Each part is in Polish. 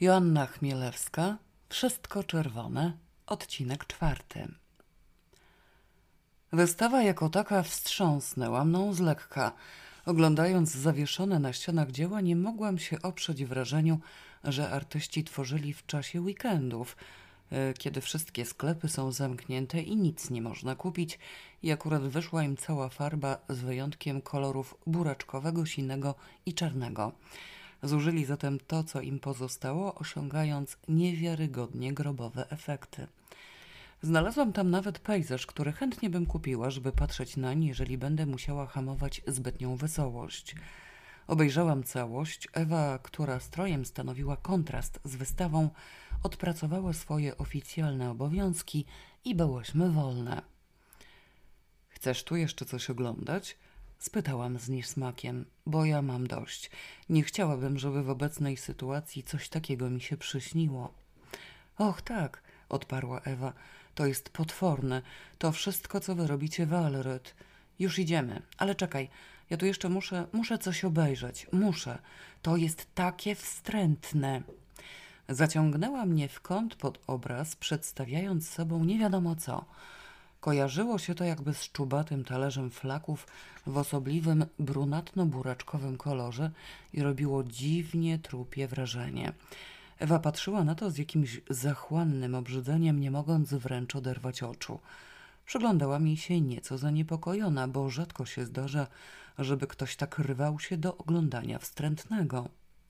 Joanna Chmielewska, Wszystko czerwone, odcinek 4. Wystawa jako taka wstrząsnęła mną z lekka. Oglądając zawieszone na ścianach dzieła, nie mogłam się oprzeć wrażeniu, że artyści tworzyli w czasie weekendów, kiedy wszystkie sklepy są zamknięte i nic nie można kupić i akurat wyszła im cała farba z wyjątkiem kolorów buraczkowego, sinego i czarnego. Zużyli zatem to, co im pozostało, osiągając niewiarygodnie grobowe efekty. Znalazłam tam nawet pejzaż, który chętnie bym kupiła, żeby patrzeć nań, jeżeli będę musiała hamować zbytnią wesołość. Obejrzałam całość. Ewa, która strojem stanowiła kontrast z wystawą, odpracowała swoje oficjalne obowiązki i byłyśmy wolne. Chcesz tu jeszcze coś oglądać? Spytałam z niesmakiem, bo ja mam dość. Nie chciałabym, żeby w obecnej sytuacji coś takiego mi się przyśniło. Och tak, odparła Ewa, to jest potworne. To wszystko, co wy robicie, Walryd. Już idziemy, ale czekaj, ja tu jeszcze muszę coś obejrzeć. Muszę. To jest takie wstrętne. Zaciągnęła mnie w kąt pod obraz, przedstawiając sobą nie wiadomo co. Kojarzyło się to jakby z czubatym talerzem flaków w osobliwym brunatno-buraczkowym kolorze i robiło dziwnie trupie wrażenie. Ewa patrzyła na to z jakimś zachłannym obrzydzeniem, nie mogąc wręcz oderwać oczu. Przyglądała mi się nieco zaniepokojona, bo rzadko się zdarza, żeby ktoś tak rwał się do oglądania wstrętnego.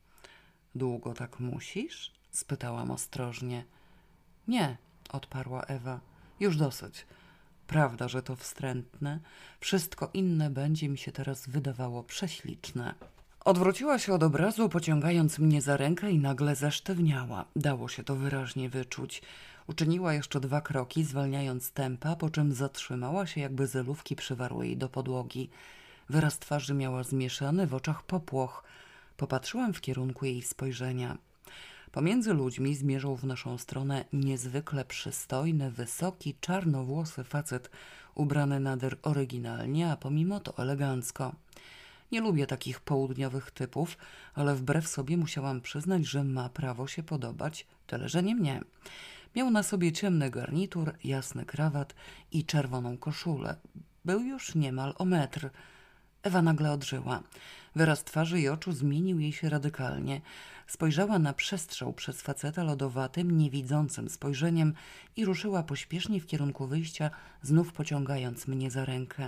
Długo tak musisz? Spytałam ostrożnie. Nie, odparła Ewa. Już dosyć. Prawda, że to wstrętne. Wszystko inne będzie mi się teraz wydawało prześliczne. Odwróciła się od obrazu, pociągając mnie za rękę i nagle zesztywniała. Dało się to wyraźnie wyczuć. Uczyniła jeszcze 2 kroki, zwalniając tempa, po czym zatrzymała się, jakby zelówki przywarły jej do podłogi. Wyraz twarzy miała zmieszany, w oczach popłoch. Popatrzyłam w kierunku jej spojrzenia. Pomiędzy ludźmi zmierzał w naszą stronę niezwykle przystojny, wysoki, czarnowłosy facet, ubrany nader oryginalnie, a pomimo to elegancko. Nie lubię takich południowych typów, ale wbrew sobie musiałam przyznać, że ma prawo się podobać, tyle że nie mnie. Miał na sobie ciemny garnitur, jasny krawat i czerwoną koszulę. Był już niemal o metr. Ewa nagle odżyła. Wyraz twarzy i oczu zmienił jej się radykalnie. Spojrzała na przestrzał przez faceta lodowatym, niewidzącym spojrzeniem i ruszyła pośpiesznie w kierunku wyjścia, znów pociągając mnie za rękę.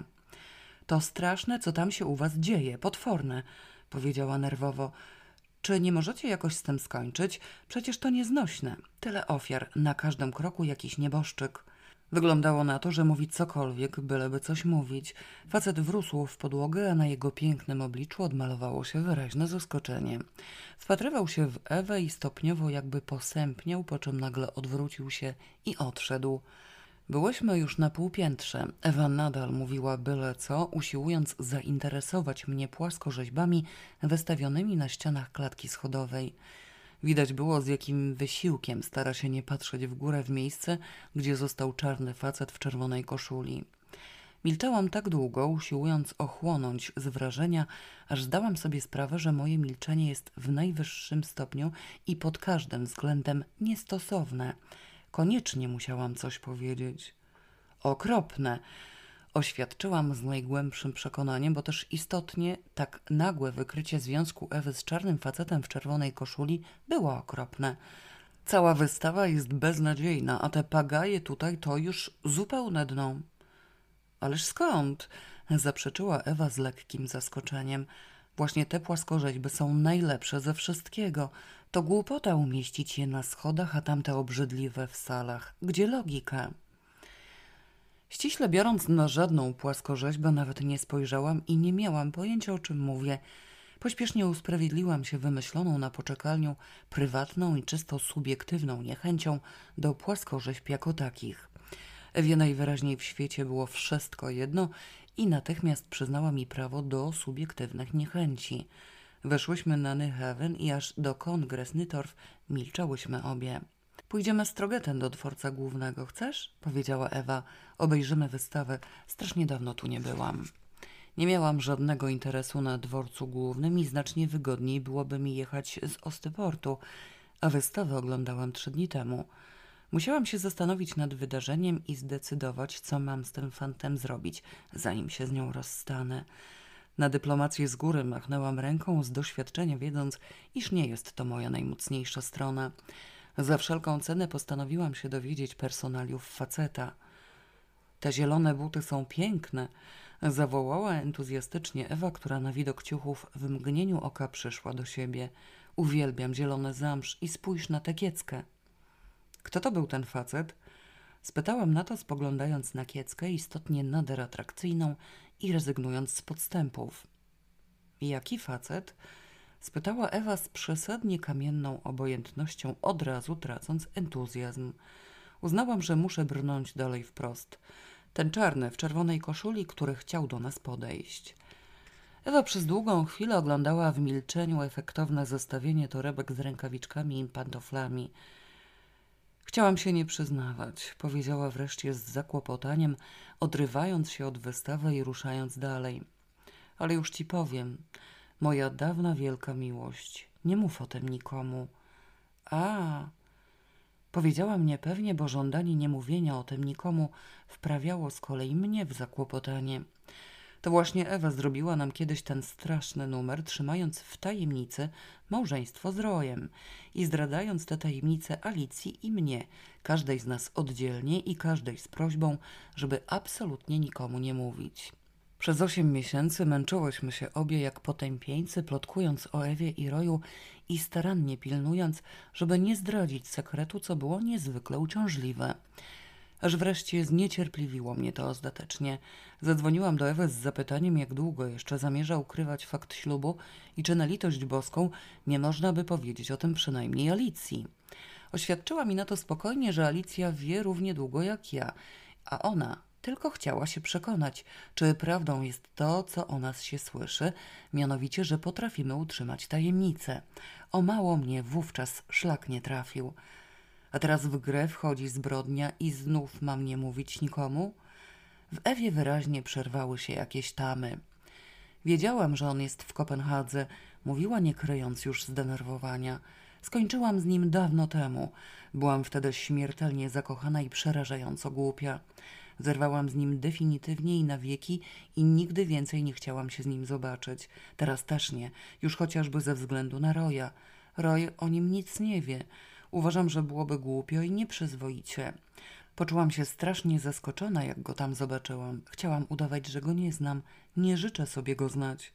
To straszne, co tam się u was dzieje, potworne, powiedziała nerwowo. Czy nie możecie jakoś z tym skończyć? Przecież to nieznośne. Tyle ofiar, na każdym kroku jakiś nieboszczyk. Wyglądało na to, że mówi cokolwiek, byleby coś mówić. Facet wrósł w podłogę, a na jego pięknym obliczu odmalowało się wyraźne zaskoczenie. Wpatrywał się w Ewę i stopniowo jakby posępniał, po czym nagle odwrócił się i odszedł. Byłyśmy już na półpiętrze. Ewa nadal mówiła byle co, usiłując zainteresować mnie płaskorzeźbami wystawionymi na ścianach klatki schodowej. Widać było, z jakim wysiłkiem stara się nie patrzeć w górę w miejsce, gdzie został czarny facet w czerwonej koszuli. Milczałam tak długo, usiłując ochłonąć z wrażenia, aż zdałam sobie sprawę, że moje milczenie jest w najwyższym stopniu i pod każdym względem niestosowne. Koniecznie musiałam coś powiedzieć. Okropne, oświadczyłam z najgłębszym przekonaniem, bo też istotnie tak nagłe wykrycie związku Ewy z czarnym facetem w czerwonej koszuli było okropne. Cała wystawa jest beznadziejna, a te pagaje tutaj to już zupełne dno. Ależ skąd? Zaprzeczyła Ewa z lekkim zaskoczeniem. Właśnie te płaskorzeźby są najlepsze ze wszystkiego. To głupota umieścić je na schodach, a tamte obrzydliwe w salach. Gdzie logika? Ściśle biorąc, na żadną płaskorzeźbę nawet nie spojrzałam i nie miałam pojęcia, o czym mówię. Pośpiesznie usprawiedliłam się wymyśloną na poczekalniu prywatną i czysto subiektywną niechęcią do płaskorzeźb jako takich. Ewie najwyraźniej w świecie było wszystko jedno i natychmiast przyznała mi prawo do subiektywnych niechęci. Weszłyśmy na Nyhaven i aż do Kongres Nytorv milczałyśmy obie. Pójdziemy z Trogetem do dworca głównego, chcesz? Powiedziała Ewa. Obejrzymy wystawę. Strasznie dawno tu nie byłam. Nie miałam żadnego interesu na dworcu głównym i znacznie wygodniej byłoby mi jechać z Ostyportu, a wystawę oglądałam 3 dni temu. Musiałam się zastanowić nad wydarzeniem i zdecydować, co mam z tym fantem zrobić, zanim się z nią rozstanę. Na dyplomację z góry machnęłam ręką z doświadczenia, wiedząc, iż nie jest to moja najmocniejsza strona. Za wszelką cenę postanowiłam się dowiedzieć personaliów faceta. Te zielone buty są piękne, zawołała entuzjastycznie Ewa, która na widok ciuchów w mgnieniu oka przyszła do siebie. Uwielbiam zielony zamsz i spójrz na tę kieckę. Kto to był ten facet? Spytałam na to, spoglądając na kieckę, istotnie nader atrakcyjną i rezygnując z podstępów. Jaki facet? Spytała Ewa z przesadnie kamienną obojętnością, od razu tracąc entuzjazm. Uznałam, że muszę brnąć dalej wprost. Ten czarny w czerwonej koszuli, który chciał do nas podejść. Ewa przez długą chwilę oglądała w milczeniu efektowne zestawienie torebek z rękawiczkami i pantoflami. Chciałam się nie przyznawać, powiedziała wreszcie z zakłopotaniem, odrywając się od wystawy i ruszając dalej. Ale już ci powiem, moja dawna wielka miłość, nie mów o tym nikomu. A, powiedziałam niepewnie, bo żądanie niemówienia o tym nikomu wprawiało z kolei mnie w zakłopotanie. To właśnie Ewa zrobiła nam kiedyś ten straszny numer, trzymając w tajemnicy małżeństwo z Royem i zdradzając tę tajemnicę Alicji i mnie, każdej z nas oddzielnie i każdej z prośbą, żeby absolutnie nikomu nie mówić. Przez 8 miesięcy męczyłyśmy się obie jak potępieńcy, plotkując o Ewie i Royu i starannie pilnując, żeby nie zdradzić sekretu, co było niezwykle uciążliwe. Aż wreszcie zniecierpliwiło mnie to ostatecznie. Zadzwoniłam do Ewy z zapytaniem, jak długo jeszcze zamierza ukrywać fakt ślubu i czy na litość boską nie można by powiedzieć o tym przynajmniej Alicji. Oświadczyła mi na to spokojnie, że Alicja wie równie długo jak ja, a ona tylko chciała się przekonać, czy prawdą jest to, co o nas się słyszy, mianowicie, że potrafimy utrzymać tajemnicę. O mało mnie wówczas szlak nie trafił. A teraz w grę wchodzi zbrodnia i znów mam nie mówić nikomu? W Ewie wyraźnie przerwały się jakieś tamy. Wiedziałam, że on jest w Kopenhadze, mówiła nie kryjąc już zdenerwowania. Skończyłam z nim dawno temu. Byłam wtedy śmiertelnie zakochana i przerażająco głupia. Zerwałam z nim definitywnie i na wieki i nigdy więcej nie chciałam się z nim zobaczyć. Teraz też nie, już chociażby ze względu na Roya. Roy o nim nic nie wie. Uważam, że byłoby głupio i nieprzyzwoicie. Poczułam się strasznie zaskoczona, jak go tam zobaczyłam. Chciałam udawać, że go nie znam. Nie życzę sobie go znać.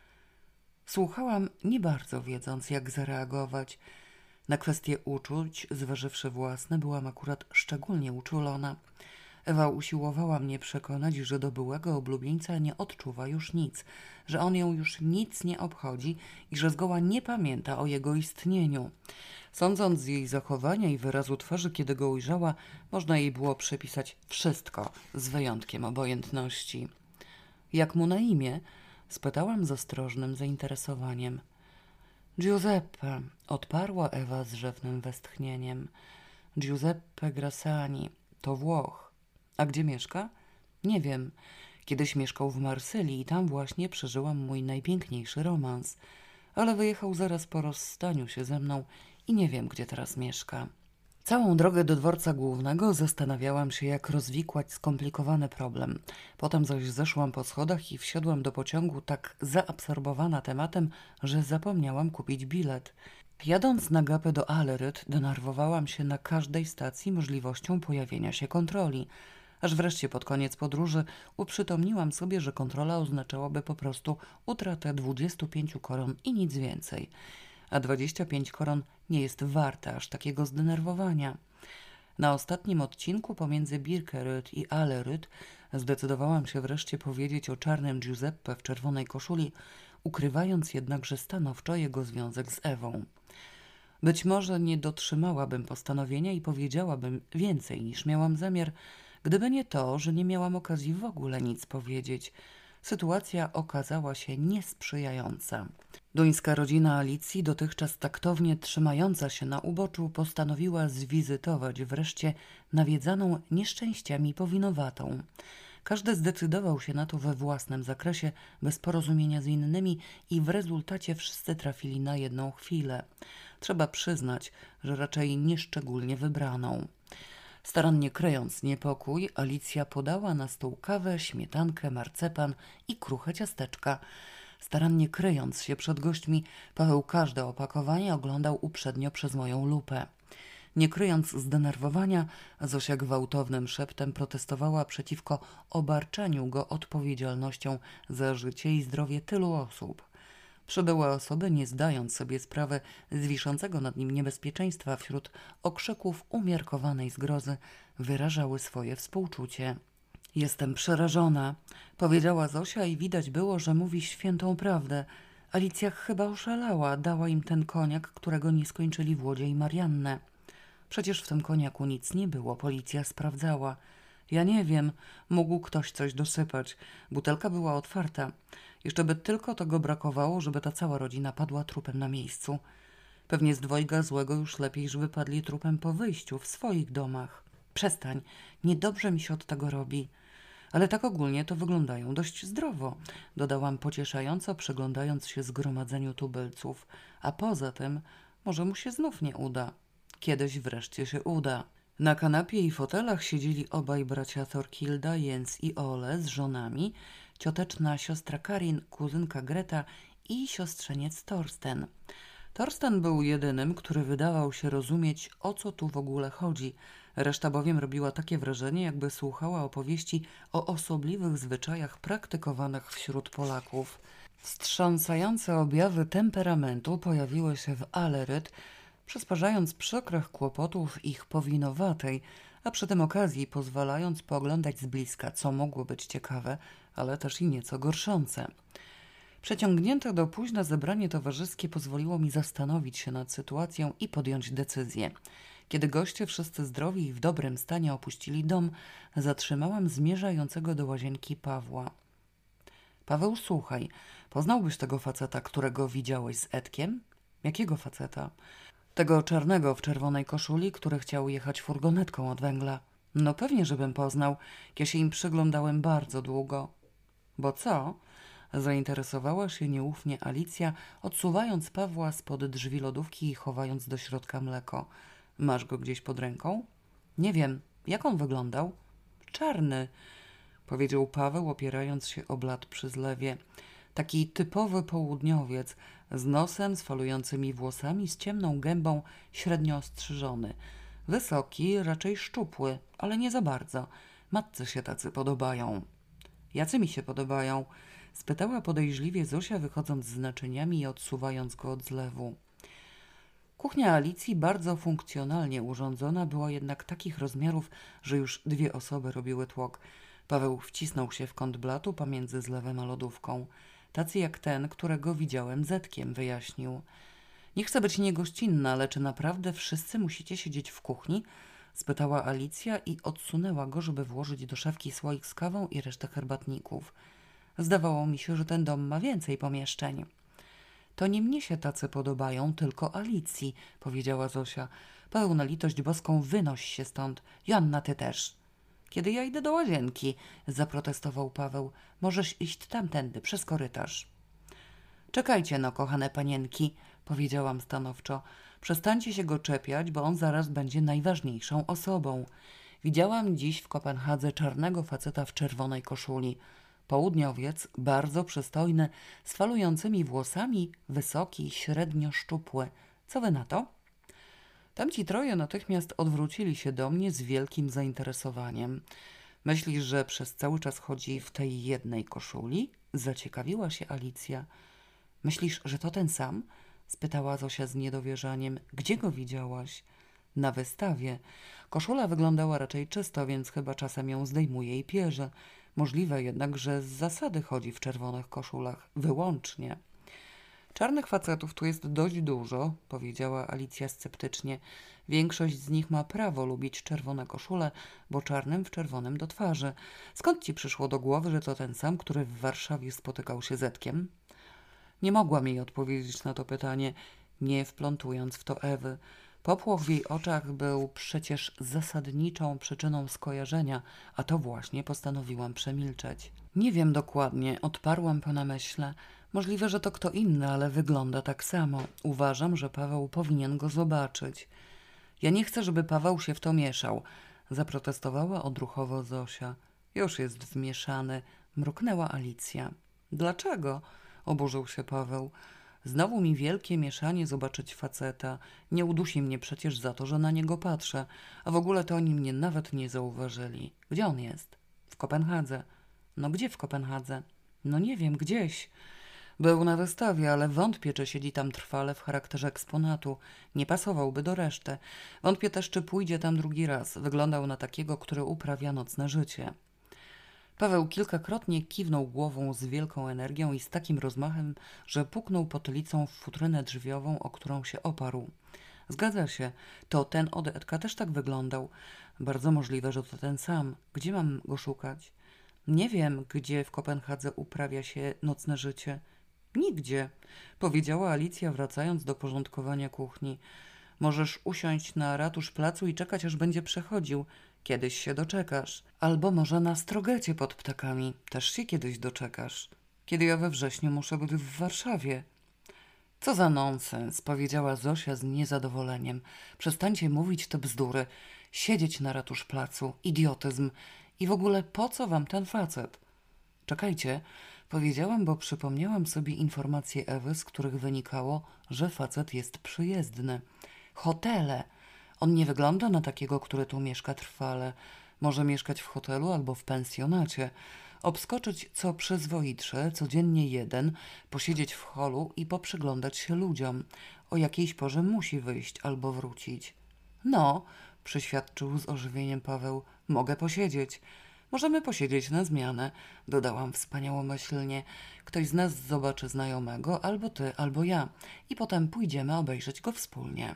Słuchałam, nie bardzo wiedząc, jak zareagować. Na kwestie uczuć, zważywszy własne, byłam akurat szczególnie uczulona. Ewa usiłowała mnie przekonać, że do byłego oblubieńca nie odczuwa już nic, że on ją już nic nie obchodzi i że zgoła nie pamięta o jego istnieniu. Sądząc z jej zachowania i wyrazu twarzy, kiedy go ujrzała, można jej było przypisać wszystko, z wyjątkiem obojętności. Jak mu na imię? Spytałam z ostrożnym zainteresowaniem. Giuseppe, odparła Ewa z rzewnym westchnieniem. Giuseppe Grassani, to Włoch. A gdzie mieszka? Nie wiem. Kiedyś mieszkał w Marsylii i tam właśnie przeżyłam mój najpiękniejszy romans. Ale wyjechał zaraz po rozstaniu się ze mną i nie wiem, gdzie teraz mieszka. Całą drogę do dworca głównego zastanawiałam się, jak rozwikłać skomplikowany problem. Potem zaś zeszłam po schodach i wsiadłam do pociągu tak zaabsorbowana tematem, że zapomniałam kupić bilet. Jadąc na gapę do Allerød, denerwowałam się na każdej stacji możliwością pojawienia się kontroli. Aż wreszcie pod koniec podróży uprzytomniłam sobie, że kontrola oznaczałaby po prostu utratę 25 koron i nic więcej. A 25 koron nie jest warte aż takiego zdenerwowania. Na ostatnim odcinku pomiędzy Birkerød i Allerød zdecydowałam się wreszcie powiedzieć o czarnym Giuseppe w czerwonej koszuli, ukrywając jednakże stanowczo jego związek z Ewą. Być może nie dotrzymałabym postanowienia i powiedziałabym więcej niż miałam zamiar, gdyby nie to, że nie miałam okazji w ogóle nic powiedzieć. Sytuacja okazała się niesprzyjająca. Duńska rodzina Alicji, dotychczas taktownie trzymająca się na uboczu, postanowiła zwizytować wreszcie nawiedzaną nieszczęściami powinowatą. Każdy zdecydował się na to we własnym zakresie, bez porozumienia z innymi i w rezultacie wszyscy trafili na jedną chwilę. Trzeba przyznać, że raczej nieszczególnie wybraną. Starannie kryjąc niepokój, Alicja podała na stół kawę, śmietankę, marcepan i kruche ciasteczka. Starannie kryjąc się przed gośćmi, Paweł każde opakowanie oglądał uprzednio przez moją lupę. Nie kryjąc zdenerwowania, Zosia gwałtownym szeptem protestowała przeciwko obarczeniu go odpowiedzialnością za życie i zdrowie tylu osób. Przybyłe osoby, nie zdając sobie sprawy z wiszącego nad nim niebezpieczeństwa, wśród okrzyków umiarkowanej zgrozy wyrażały swoje współczucie. Jestem przerażona, powiedziała Zosia i widać było, że mówi świętą prawdę. Alicja chyba oszalała, dała im ten koniak, którego nie skończyli Włodzie i Mariannę. Przecież w tym koniaku nic nie było, policja sprawdzała. Ja nie wiem, mógł ktoś coś dosypać. Butelka była otwarta. Jeszcze by tylko tego brakowało, żeby ta cała rodzina padła trupem na miejscu. Pewnie z dwojga złego już lepiej, żeby padli trupem po wyjściu, w swoich domach. Przestań, niedobrze mi się od tego robi. Ale tak ogólnie to wyglądają dość zdrowo, dodałam pocieszająco, przyglądając się zgromadzeniu tubylców. A poza tym, może mu się znów nie uda. Kiedyś wreszcie się uda. Na kanapie i fotelach siedzieli obaj bracia Thorkilda, Jens i Ole z żonami, cioteczna siostra Karin, kuzynka Greta i siostrzeniec Torsten. Torsten był jedynym, który wydawał się rozumieć, o co tu w ogóle chodzi. Reszta bowiem robiła takie wrażenie, jakby słuchała opowieści o osobliwych zwyczajach praktykowanych wśród Polaków. Wstrząsające objawy temperamentu pojawiły się w Aleryt, przysparzając przykrych kłopotów ich powinowatej, a przy tym okazji pozwalając pooglądać z bliska, co mogło być ciekawe, ale też i nieco gorszące. Przeciągnięte do późna zebranie towarzyskie pozwoliło mi zastanowić się nad sytuacją i podjąć decyzję. Kiedy goście, wszyscy zdrowi i w dobrym stanie, opuścili dom, zatrzymałam zmierzającego do łazienki Pawła. Paweł, słuchaj, poznałbyś tego faceta, którego widziałeś z Edkiem? Jakiego faceta? Tego czarnego w czerwonej koszuli, który chciał jechać furgonetką od węgla. No pewnie, żebym poznał. Ja się im przyglądałem bardzo długo. Bo co? Zainteresowała się nieufnie Alicja, odsuwając Pawła spod drzwi lodówki i chowając do środka mleko. Masz go gdzieś pod ręką? Nie wiem. Jak on wyglądał? Czarny, powiedział Paweł, opierając się o blat przy zlewie. Taki typowy południowiec, z nosem, z falującymi włosami, z ciemną gębą, średnio ostrzyżony. Wysoki, raczej szczupły, ale nie za bardzo. Matce się tacy podobają. Jacy mi się podobają? Spytała podejrzliwie Zosia, wychodząc z naczyniami i odsuwając go od zlewu. Kuchnia Alicji, bardzo funkcjonalnie urządzona, była jednak takich rozmiarów, że już dwie osoby robiły tłok. Paweł wcisnął się w kąt blatu pomiędzy zlewem a lodówką. Tacy jak ten, którego widziałem z Edkiem, wyjaśnił. Nie chcę być niegościnna, ale czy naprawdę wszyscy musicie siedzieć w kuchni? Spytała Alicja i odsunęła go, żeby włożyć do szafki słoik z kawą i resztę herbatników. Zdawało mi się, że ten dom ma więcej pomieszczeń. To nie mnie się tacy podobają, tylko Alicji, powiedziała Zosia. Paweł, na litość boską, wynoś się stąd. Joanna, ty też. Kiedy ja idę do łazienki, zaprotestował Paweł. Możesz iść tamtędy, przez korytarz. Czekajcie no, kochane panienki, powiedziałam stanowczo. Przestańcie się go czepiać, bo on zaraz będzie najważniejszą osobą. Widziałam dziś w Kopenhadze czarnego faceta w czerwonej koszuli. Południowiec, bardzo przystojny, z falującymi włosami, wysoki, średnio szczupły. Co wy na to? Tamci troje natychmiast odwrócili się do mnie z wielkim zainteresowaniem. Myślisz, że przez cały czas chodzi w tej jednej koszuli? Zaciekawiła się Alicja. Myślisz, że to ten sam? Spytała Zosia z niedowierzaniem. Gdzie go widziałaś? Na wystawie. Koszula wyglądała raczej czysto, więc chyba czasem ją zdejmuje i pierze. Możliwe jednak, że z zasady chodzi w czerwonych koszulach. Wyłącznie. Czarnych facetów tu jest dość dużo, powiedziała Alicja sceptycznie. Większość z nich ma prawo lubić czerwone koszule, bo czarnym w czerwonym do twarzy. Skąd ci przyszło do głowy, że to ten sam, który w Warszawie spotykał się z Edkiem? Nie mogłam jej odpowiedzieć na to pytanie, nie wplątując w to Ewy. Popłoch w jej oczach był przecież zasadniczą przyczyną skojarzenia, a to właśnie postanowiłam przemilczeć. Nie wiem dokładnie, odparłam po namyśle. Możliwe, że to kto inny, ale wygląda tak samo. Uważam, że Paweł powinien go zobaczyć. Ja nie chcę, żeby Paweł się w to mieszał, zaprotestowała odruchowo Zosia. Już jest wmieszany, mruknęła Alicja. Dlaczego? Oburzył się Paweł. Znowu mi wielkie mieszanie zobaczyć faceta. Nie udusi mnie przecież za to, że na niego patrzę. A w ogóle to oni mnie nawet nie zauważyli. Gdzie on jest? W Kopenhadze. No gdzie w Kopenhadze? No nie wiem, gdzieś. Był na wystawie, ale wątpię, czy siedzi tam trwale w charakterze eksponatu. Nie pasowałby do reszty. Wątpię też, czy pójdzie tam drugi raz. Wyglądał na takiego, który uprawia nocne życie. Paweł kilkakrotnie kiwnął głową z wielką energią i z takim rozmachem, że puknął potylicą w futrynę drzwiową, o którą się oparł. Zgadza się, to ten od Edka też tak wyglądał. Bardzo możliwe, że to ten sam. Gdzie mam go szukać? Nie wiem, gdzie w Kopenhadze uprawia się nocne życie. Nigdzie, powiedziała Alicja, wracając do porządkowania kuchni. Możesz usiąść na ratusz placu i czekać, aż będzie przechodził. Kiedyś się doczekasz. Albo może na strogecie pod ptakami. Też się kiedyś doczekasz. Kiedy ja we wrześniu muszę być w Warszawie. Co za nonsens, powiedziała Zosia z niezadowoleniem. Przestańcie mówić te bzdury. Siedzieć na ratusz placu. Idiotyzm. I w ogóle po co wam ten facet? Czekajcie, powiedziałam, bo przypomniałam sobie informacje Ewy, z których wynikało, że facet jest przyjezdny. Hotele. On nie wygląda na takiego, który tu mieszka trwale. Może mieszkać w hotelu albo w pensjonacie. Obskoczyć co przyzwoitsze, codziennie jeden, posiedzieć w holu i poprzyglądać się ludziom. O jakiejś porze musi wyjść albo wrócić. No, przyświadczył z ożywieniem Paweł, mogę posiedzieć. Możemy posiedzieć na zmianę, dodałam wspaniałomyślnie. Ktoś z nas zobaczy znajomego, albo ty, albo ja, i potem pójdziemy obejrzeć go wspólnie.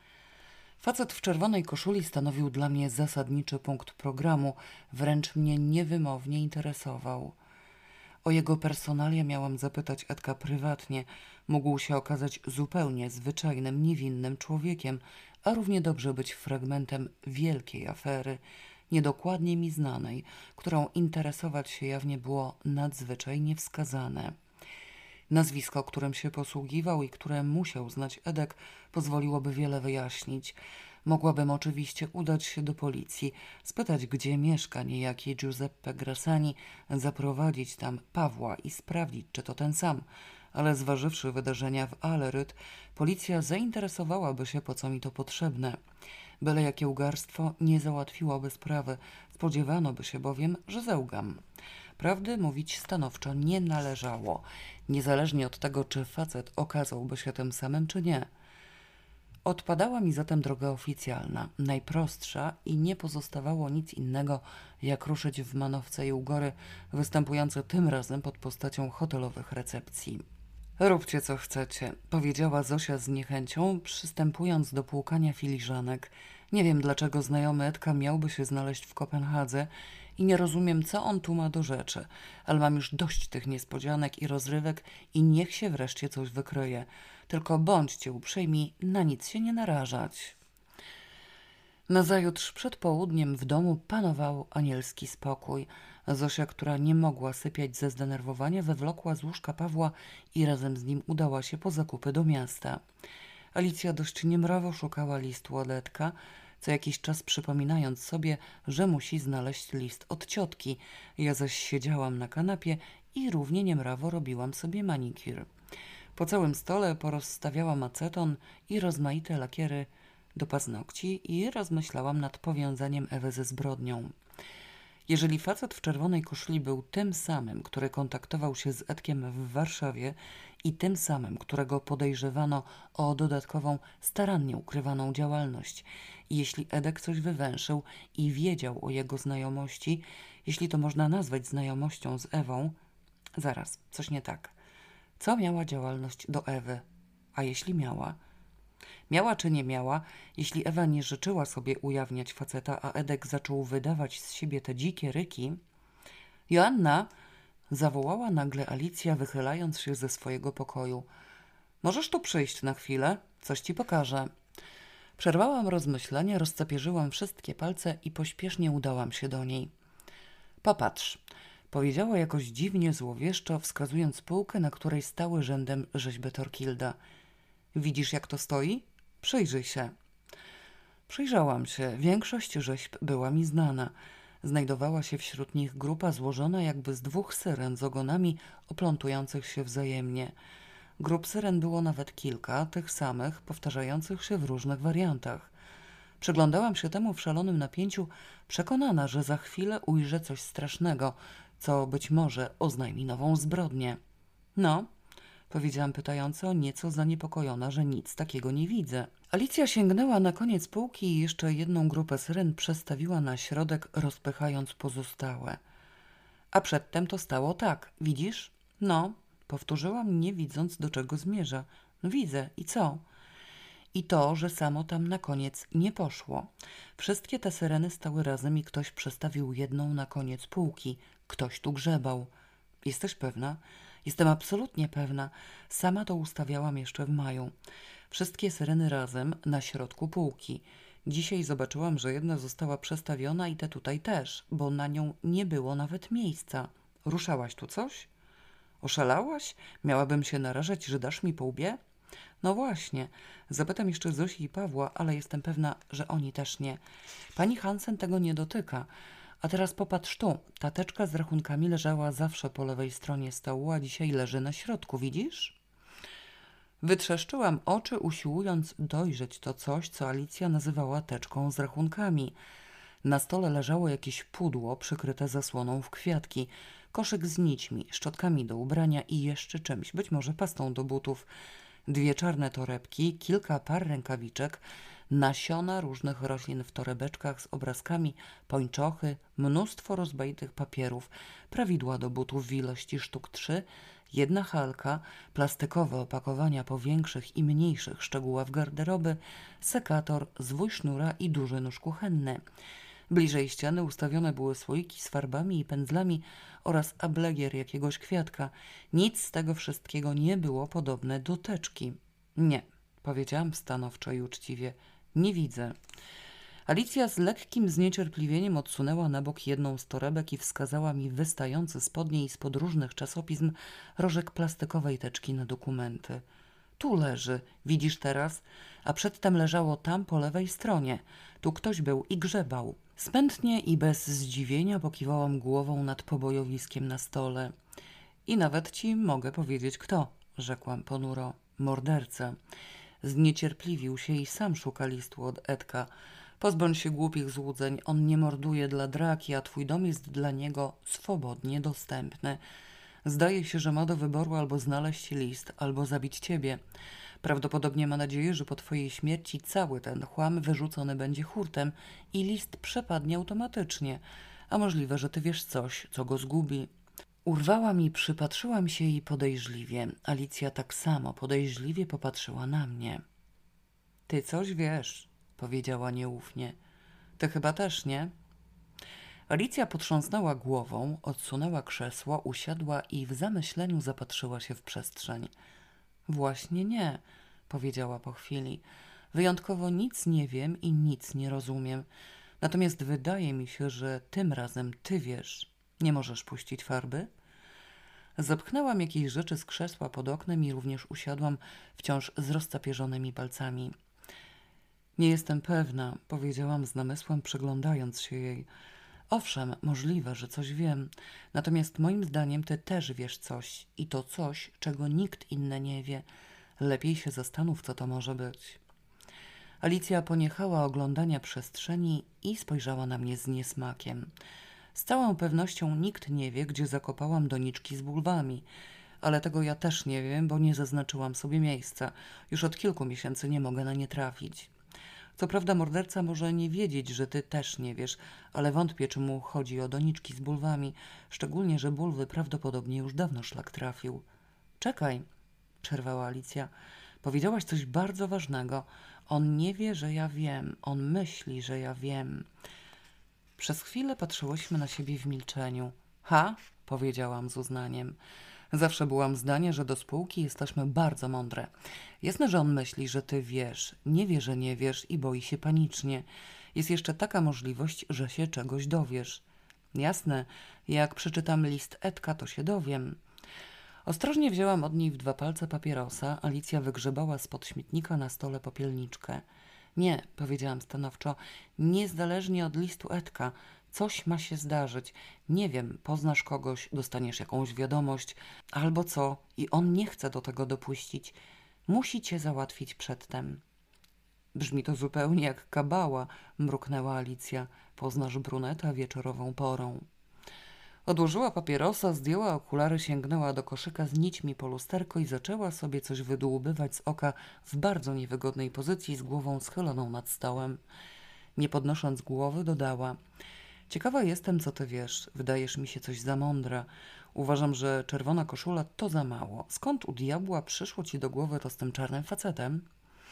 Facet w czerwonej koszuli stanowił dla mnie zasadniczy punkt programu, wręcz mnie niewymownie interesował. O jego personalia miałam zapytać Edka prywatnie. Mógł się okazać zupełnie zwyczajnym, niewinnym człowiekiem, a równie dobrze być fragmentem wielkiej afery, niedokładnie mi znanej, którą interesować się jawnie było nadzwyczaj niewskazane. Nazwisko, którym się posługiwał i które musiał znać Edek, pozwoliłoby wiele wyjaśnić. Mogłabym oczywiście udać się do policji, spytać, gdzie mieszka niejaki Giuseppe Grassani, zaprowadzić tam Pawła i sprawdzić, czy to ten sam. Ale zważywszy wydarzenia w Aleryt, policja zainteresowałaby się, po co mi to potrzebne. Byle jakie ugarstwo nie załatwiłoby sprawy, spodziewano by się bowiem, że zełgam. Prawdy mówić stanowczo nie należało, niezależnie od tego, czy facet okazałby się tym samym, czy nie. Odpadała mi zatem droga oficjalna, najprostsza i nie pozostawało nic innego, jak ruszyć w manowce i ugory, występujące tym razem pod postacią hotelowych recepcji. Róbcie co chcecie, powiedziała Zosia z niechęcią, przystępując do płukania filiżanek. Nie wiem, dlaczego znajomy Edka miałby się znaleźć w Kopenhadze i nie rozumiem, co on tu ma do rzeczy, ale mam już dość tych niespodzianek i rozrywek i niech się wreszcie coś wykryje. Tylko bądźcie uprzejmi, na nic się nie narażać. Nazajutrz przed południem w domu panował anielski spokój. Zosia, która nie mogła sypiać ze zdenerwowania, wywlokła z łóżka Pawła i razem z nim udała się po zakupy do miasta. Alicja dość niemrawo szukała listu od Edka, co jakiś czas przypominając sobie, że musi znaleźć list od ciotki. Ja zaś siedziałam na kanapie i równie niemrawo robiłam sobie manikir. Po całym stole porozstawiałam aceton i rozmaite lakiery do paznokci i rozmyślałam nad powiązaniem Ewy ze zbrodnią. Jeżeli facet w czerwonej koszuli był tym samym, który kontaktował się z Edkiem w Warszawie i tym samym, którego podejrzewano o dodatkową, starannie ukrywaną działalność, i jeśli Edek coś wywęszył i wiedział o jego znajomości, jeśli to można nazwać znajomością z Ewą, zaraz, coś nie tak. Co miała działalność do Ewy? A jeśli miała? Miała czy nie miała, jeśli Ewa nie życzyła sobie ujawniać faceta, a Edek zaczął wydawać z siebie te dzikie ryki? Joanna! Zawołała nagle Alicja, wychylając się ze swojego pokoju. Możesz tu przyjść na chwilę? Coś ci pokażę. Przerwałam rozmyślania, rozcepierzyłam wszystkie palce i pośpiesznie udałam się do niej. Popatrz, powiedziała jakoś dziwnie złowieszczo, wskazując półkę, na której stały rzędem rzeźby Torkilda. Widzisz, jak to stoi? Przyjrzyj się. Przyjrzałam się. Większość rzeźb była mi znana. Znajdowała się wśród nich grupa złożona jakby z 2 syren z ogonami oplątujących się wzajemnie. Grup syren było nawet kilka, tych samych, powtarzających się w różnych wariantach. Przyglądałam się temu w szalonym napięciu, przekonana, że za chwilę ujrzę coś strasznego, co być może oznajmi nową zbrodnię. No, powiedziałam pytająco, nieco zaniepokojona, że nic takiego nie widzę. Alicja sięgnęła na koniec półki i jeszcze jedną grupę syren przestawiła na środek, rozpychając pozostałe. A przedtem to stało tak, widzisz? No, powtórzyłam, nie widząc, do czego zmierza. No widzę, i co? I to, że samo tam na koniec nie poszło. Wszystkie te syreny stały razem i ktoś przestawił jedną na koniec półki. Ktoś tu grzebał. Jesteś pewna? Jestem absolutnie pewna. Sama to ustawiałam jeszcze w maju. Wszystkie syreny razem na środku półki. Dzisiaj zobaczyłam, że jedna została przestawiona i te tutaj też, bo na nią nie było nawet miejsca. Ruszałaś tu coś? Oszalałaś? Miałabym się narażać, że dasz mi po łbie? No właśnie, zapytam jeszcze Zosi i Pawła, ale jestem pewna, że oni też nie. Pani Hansen tego nie dotyka. A teraz popatrz tu, ta teczka z rachunkami leżała zawsze po lewej stronie stołu, a dzisiaj leży na środku, widzisz? Wytrzeszczyłam oczy, usiłując dojrzeć to coś, co Alicja nazywała teczką z rachunkami. Na stole leżało jakieś pudło przykryte zasłoną w kwiatki, koszyk z nićmi, szczotkami do ubrania i jeszcze czymś, być może pastą do butów. 2 czarne torebki, kilka par rękawiczek, nasiona różnych roślin w torebeczkach z obrazkami, pończochy, mnóstwo rozmaitych papierów, prawidła do butów w ilości sztuk 3, 1 halka, plastikowe opakowania po większych i mniejszych szczegółach garderoby, sekator, zwój sznura i duży nóż kuchenny. Bliżej ściany ustawione były słoiki z farbami i pędzlami oraz ablegier jakiegoś kwiatka. Nic z tego wszystkiego nie było podobne do teczki. Nie, powiedziałam stanowczo i uczciwie. Nie widzę. Alicja z lekkim zniecierpliwieniem odsunęła na bok jedną z torebek i wskazała mi wystający spod niej spod różnych czasopism rożek plastikowej teczki na dokumenty. Tu leży, widzisz teraz? A przedtem leżało tam po lewej stronie. Tu ktoś był i grzebał. Smętnie i bez zdziwienia pokiwałam głową nad pobojowiskiem na stole. I nawet ci mogę powiedzieć kto, rzekłam ponuro. Morderca. Zniecierpliwił się i sam szuka listu od Edka. Pozbądź się głupich złudzeń, on nie morduje dla draki, a twój dom jest dla niego swobodnie dostępny. Zdaje się, że ma do wyboru albo znaleźć list, albo zabić ciebie. Prawdopodobnie ma nadzieję, że po twojej śmierci cały ten chłam wyrzucony będzie hurtem i list przepadnie automatycznie, a możliwe, że ty wiesz coś, co go zgubi. Urwałam i przypatrzyłam się jej podejrzliwie. Alicja tak samo podejrzliwie popatrzyła na mnie. Ty coś wiesz, powiedziała nieufnie. Ty chyba też, nie? Alicja potrząsnęła głową, odsunęła krzesło, usiadła i w zamyśleniu zapatrzyła się w przestrzeń. Właśnie nie, powiedziała po chwili. Wyjątkowo nic nie wiem i nic nie rozumiem. Natomiast wydaje mi się, że tym razem ty wiesz. Nie możesz puścić farby? Zepchnęłam jakieś rzeczy z krzesła pod oknem i również usiadłam wciąż z rozcapierzonymi palcami. Nie jestem pewna, powiedziałam z namysłem, przyglądając się jej. Owszem, możliwe, że coś wiem, natomiast moim zdaniem ty też wiesz coś i to coś, czego nikt inny nie wie. Lepiej się zastanów, co to może być. Alicja poniechała oglądania przestrzeni i spojrzała na mnie z niesmakiem. Z całą pewnością nikt nie wie, gdzie zakopałam doniczki z bulwami, ale tego ja też nie wiem, bo nie zaznaczyłam sobie miejsca. Już od kilku miesięcy nie mogę na nie trafić. Co prawda morderca może nie wiedzieć, że ty też nie wiesz, ale wątpię, czy mu chodzi o doniczki z bulwami, szczególnie, że bulwy prawdopodobnie już dawno szlak trafił. Czekaj, przerwała Alicja. Powiedziałaś coś bardzo ważnego. On nie wie, że ja wiem. On myśli, że ja wiem. Przez chwilę patrzyłyśmy na siebie w milczeniu. Ha, powiedziałam z uznaniem. Zawsze byłam zdania, że do spółki jesteśmy bardzo mądre. Jasne, że on myśli, że ty wiesz, nie wie, że nie wiesz i boi się panicznie. Jest jeszcze taka możliwość, że się czegoś dowiesz. Jasne, jak przeczytam list Edka, to się dowiem. Ostrożnie wzięłam od niej w 2 palce papierosa. Alicja wygrzebała spod śmietnika na stole popielniczkę. Nie, powiedziałam stanowczo, niezależnie od listu Edka. Coś ma się zdarzyć. Nie wiem, poznasz kogoś, dostaniesz jakąś wiadomość, albo co, i on nie chce do tego dopuścić. Musi cię załatwić przedtem. Brzmi to zupełnie jak kabała, mruknęła Alicja. Poznasz bruneta wieczorową porą. Odłożyła papierosa, zdjęła okulary, sięgnęła do koszyka z nićmi po lusterko i zaczęła sobie coś wydłubywać z oka w bardzo niewygodnej pozycji z głową schyloną nad stołem. Nie podnosząc głowy, dodała: ciekawa jestem, co ty wiesz. Wydajesz mi się coś za mądra. Uważam, że czerwona koszula to za mało. Skąd u diabła przyszło ci do głowy to z tym czarnym facetem?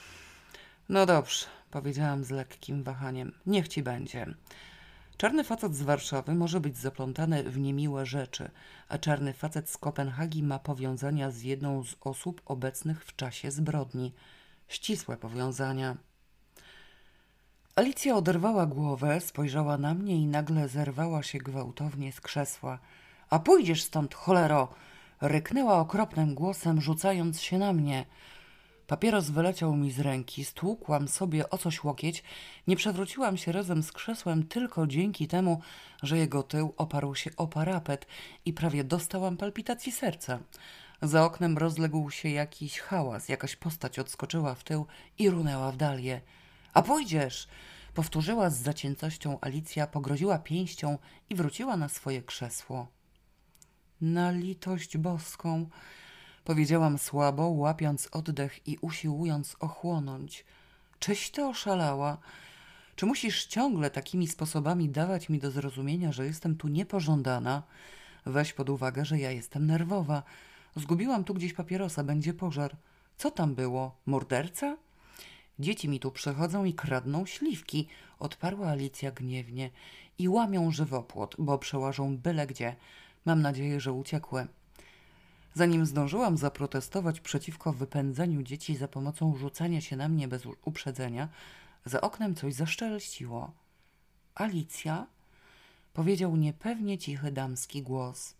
No dobrze, powiedziałam z lekkim wahaniem. Niech ci będzie. Czarny facet z Warszawy może być zaplątany w niemiłe rzeczy, a czarny facet z Kopenhagi ma powiązania z jedną z osób obecnych w czasie zbrodni. Ścisłe powiązania. Alicja oderwała głowę, spojrzała na mnie i nagle zerwała się gwałtownie z krzesła. A pójdziesz stąd, cholero! Ryknęła okropnym głosem, rzucając się na mnie. Papieros wyleciał mi z ręki, stłukłam sobie o coś łokieć, nie przewróciłam się razem z krzesłem tylko dzięki temu, że jego tył oparł się o parapet i prawie dostałam palpitacji serca. Za oknem rozległ się jakiś hałas, jakaś postać odskoczyła w tył i runęła w dalię. A pójdziesz! Powtórzyła z zaciętością Alicja, pogroziła pięścią i wróciła na swoje krzesło. Na litość boską! Powiedziałam słabo, łapiąc oddech i usiłując ochłonąć. Czyś ty oszalała? Czy musisz ciągle takimi sposobami dawać mi do zrozumienia, że jestem tu niepożądana? Weź pod uwagę, że ja jestem nerwowa. Zgubiłam tu gdzieś papierosa, będzie pożar. Co tam było? Morderca? Dzieci mi tu przychodzą i kradną śliwki, odparła Alicja gniewnie. I łamią żywopłot, bo przełażą byle gdzie. Mam nadzieję, że uciekły. Zanim zdążyłam zaprotestować przeciwko wypędzeniu dzieci za pomocą rzucania się na mnie bez uprzedzenia, za oknem coś zaszczeliściło. Alicja? Powiedział niepewnie cichy damski głos.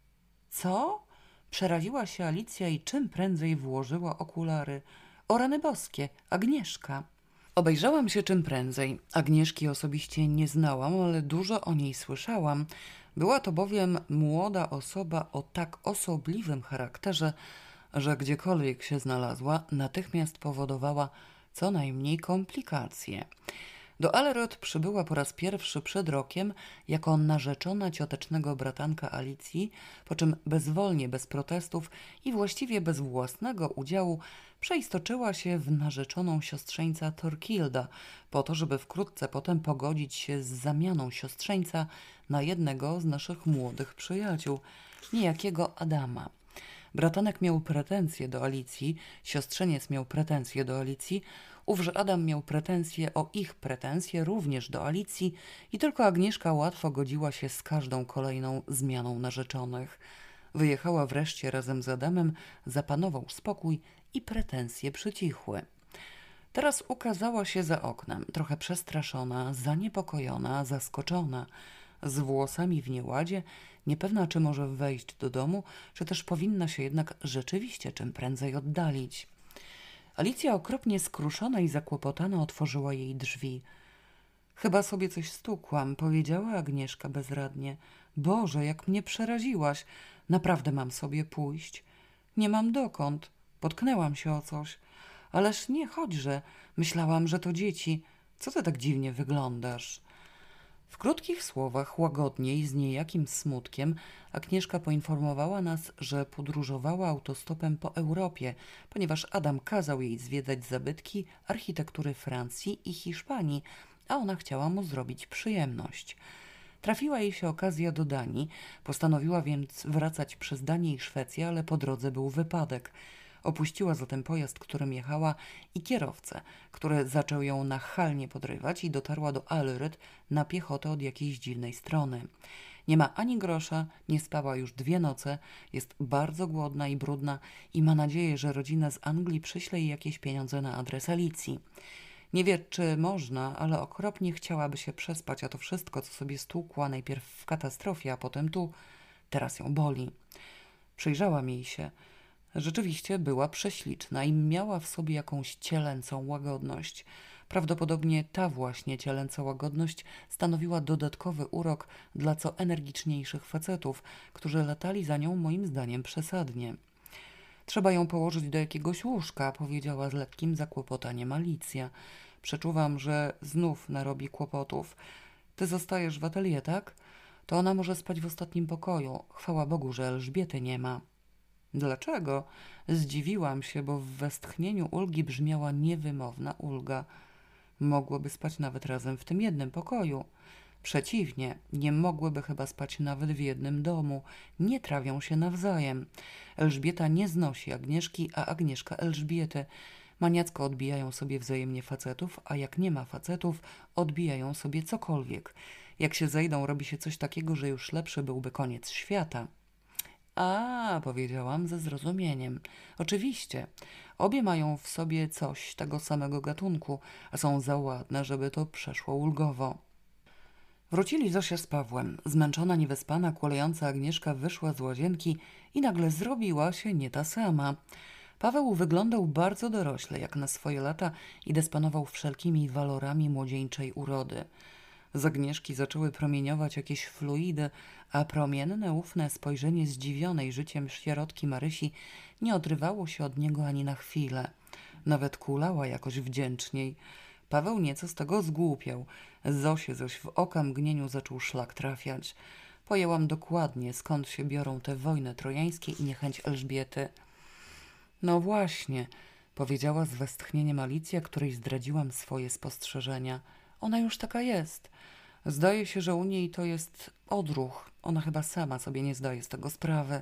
Co? Przeraziła się Alicja i czym prędzej włożyła okulary. O rany boskie, Agnieszka. Obejrzałam się czym prędzej. Agnieszki osobiście nie znałam, ale dużo o niej słyszałam. Była to bowiem młoda osoba o tak osobliwym charakterze, że gdziekolwiek się znalazła, natychmiast powodowała co najmniej komplikacje. Do Allerod przybyła po raz pierwszy przed rokiem jako narzeczona ciotecznego bratanka Alicji, po czym bezwolnie, bez protestów i właściwie bez własnego udziału przeistoczyła się w narzeczoną siostrzeńca Torkilda, po to, żeby wkrótce potem pogodzić się z zamianą siostrzeńca na jednego z naszych młodych przyjaciół, niejakiego Adama. Bratanek miał pretensje do Alicji, siostrzeniec miał pretensje do Alicji, ówże Adam miał pretensje o ich pretensje również do Alicji i tylko Agnieszka łatwo godziła się z każdą kolejną zmianą narzeczonych. Wyjechała wreszcie razem z Adamem, zapanował spokój i pretensje przycichły. Teraz ukazała się za oknem, trochę przestraszona, zaniepokojona, zaskoczona, z włosami w nieładzie, niepewna, czy może wejść do domu, czy też powinna się jednak rzeczywiście czym prędzej oddalić. Alicja okropnie skruszona i zakłopotana otworzyła jej drzwi. Chyba sobie coś stukłam, powiedziała Agnieszka bezradnie. Boże, jak mnie przeraziłaś. Naprawdę mam sobie pójść. Nie mam dokąd. Potknęłam się o coś. Ależ nie, chodźże. Myślałam, że to dzieci. Co ty tak dziwnie wyglądasz? W krótkich słowach, łagodnie i z niejakim smutkiem, Agnieszka poinformowała nas, że podróżowała autostopem po Europie, ponieważ Adam kazał jej zwiedzać zabytki architektury Francji i Hiszpanii, a ona chciała mu zrobić przyjemność. Trafiła jej się okazja do Danii, postanowiła więc wracać przez Danię i Szwecję, ale po drodze był wypadek. Opuściła zatem pojazd, którym jechała i kierowcę, który zaczął ją nachalnie podrywać i dotarła do Allerød na piechotę od jakiejś dziwnej strony. Nie ma ani grosza, nie spała już 2 noce, jest bardzo głodna i brudna i ma nadzieję, że rodzina z Anglii przyśle jej jakieś pieniądze na adres Alicji. Nie wie, czy można, ale okropnie chciałaby się przespać, a to wszystko, co sobie stłukła najpierw w katastrofie, a potem tu, teraz ją boli. Przyjrzałam jej się. Rzeczywiście była prześliczna i miała w sobie jakąś cielęcą łagodność. Prawdopodobnie ta właśnie cielęca łagodność stanowiła dodatkowy urok dla co energiczniejszych facetów, którzy latali za nią moim zdaniem przesadnie. Trzeba ją położyć do jakiegoś łóżka, powiedziała z lekkim zakłopotaniem Alicja. Przeczuwam, że znów narobi kłopotów. Ty zostajesz w atelier, tak? To ona może spać w ostatnim pokoju. Chwała Bogu, że Elżbiety nie ma. Dlaczego? Zdziwiłam się, bo w westchnieniu Ulgi brzmiała niewymowna ulga. Mogłyby spać nawet razem w tym jednym pokoju. Przeciwnie, nie mogłyby chyba spać nawet w jednym domu. Nie trawią się nawzajem. Elżbieta nie znosi Agnieszki, a Agnieszka Elżbiety. Maniacko odbijają sobie wzajemnie facetów, a jak nie ma facetów, odbijają sobie cokolwiek. Jak się zejdą, robi się coś takiego, że już lepszy byłby koniec świata. A, powiedziałam ze zrozumieniem. Oczywiście. Obie mają w sobie coś tego samego gatunku, a są za ładne, żeby to przeszło ulgowo. Wrócili Zosia z Pawłem. Zmęczona, niewyspana, kulejąca Agnieszka wyszła z łazienki i nagle zrobiła się nie ta sama. Paweł wyglądał bardzo dorośle, jak na swoje lata i dysponował wszelkimi walorami młodzieńczej urody. Z Agnieszki zaczęły promieniować jakieś fluidy, a promienne, ufne spojrzenie zdziwionej życiem sierotki Marysi nie odrywało się od niego ani na chwilę. Nawet kulała jakoś wdzięczniej. Paweł nieco z tego zgłupiał. Zosie zaś w oka mgnieniu zaczął szlak trafiać. Pojęłam dokładnie, skąd się biorą te wojny trojańskie i niechęć Elżbiety. No właśnie, powiedziała z westchnieniem Alicja, której zdradziłam swoje spostrzeżenia. Ona już taka jest. Zdaje się, że u niej to jest odruch. Ona chyba sama sobie nie zdaje z tego sprawy.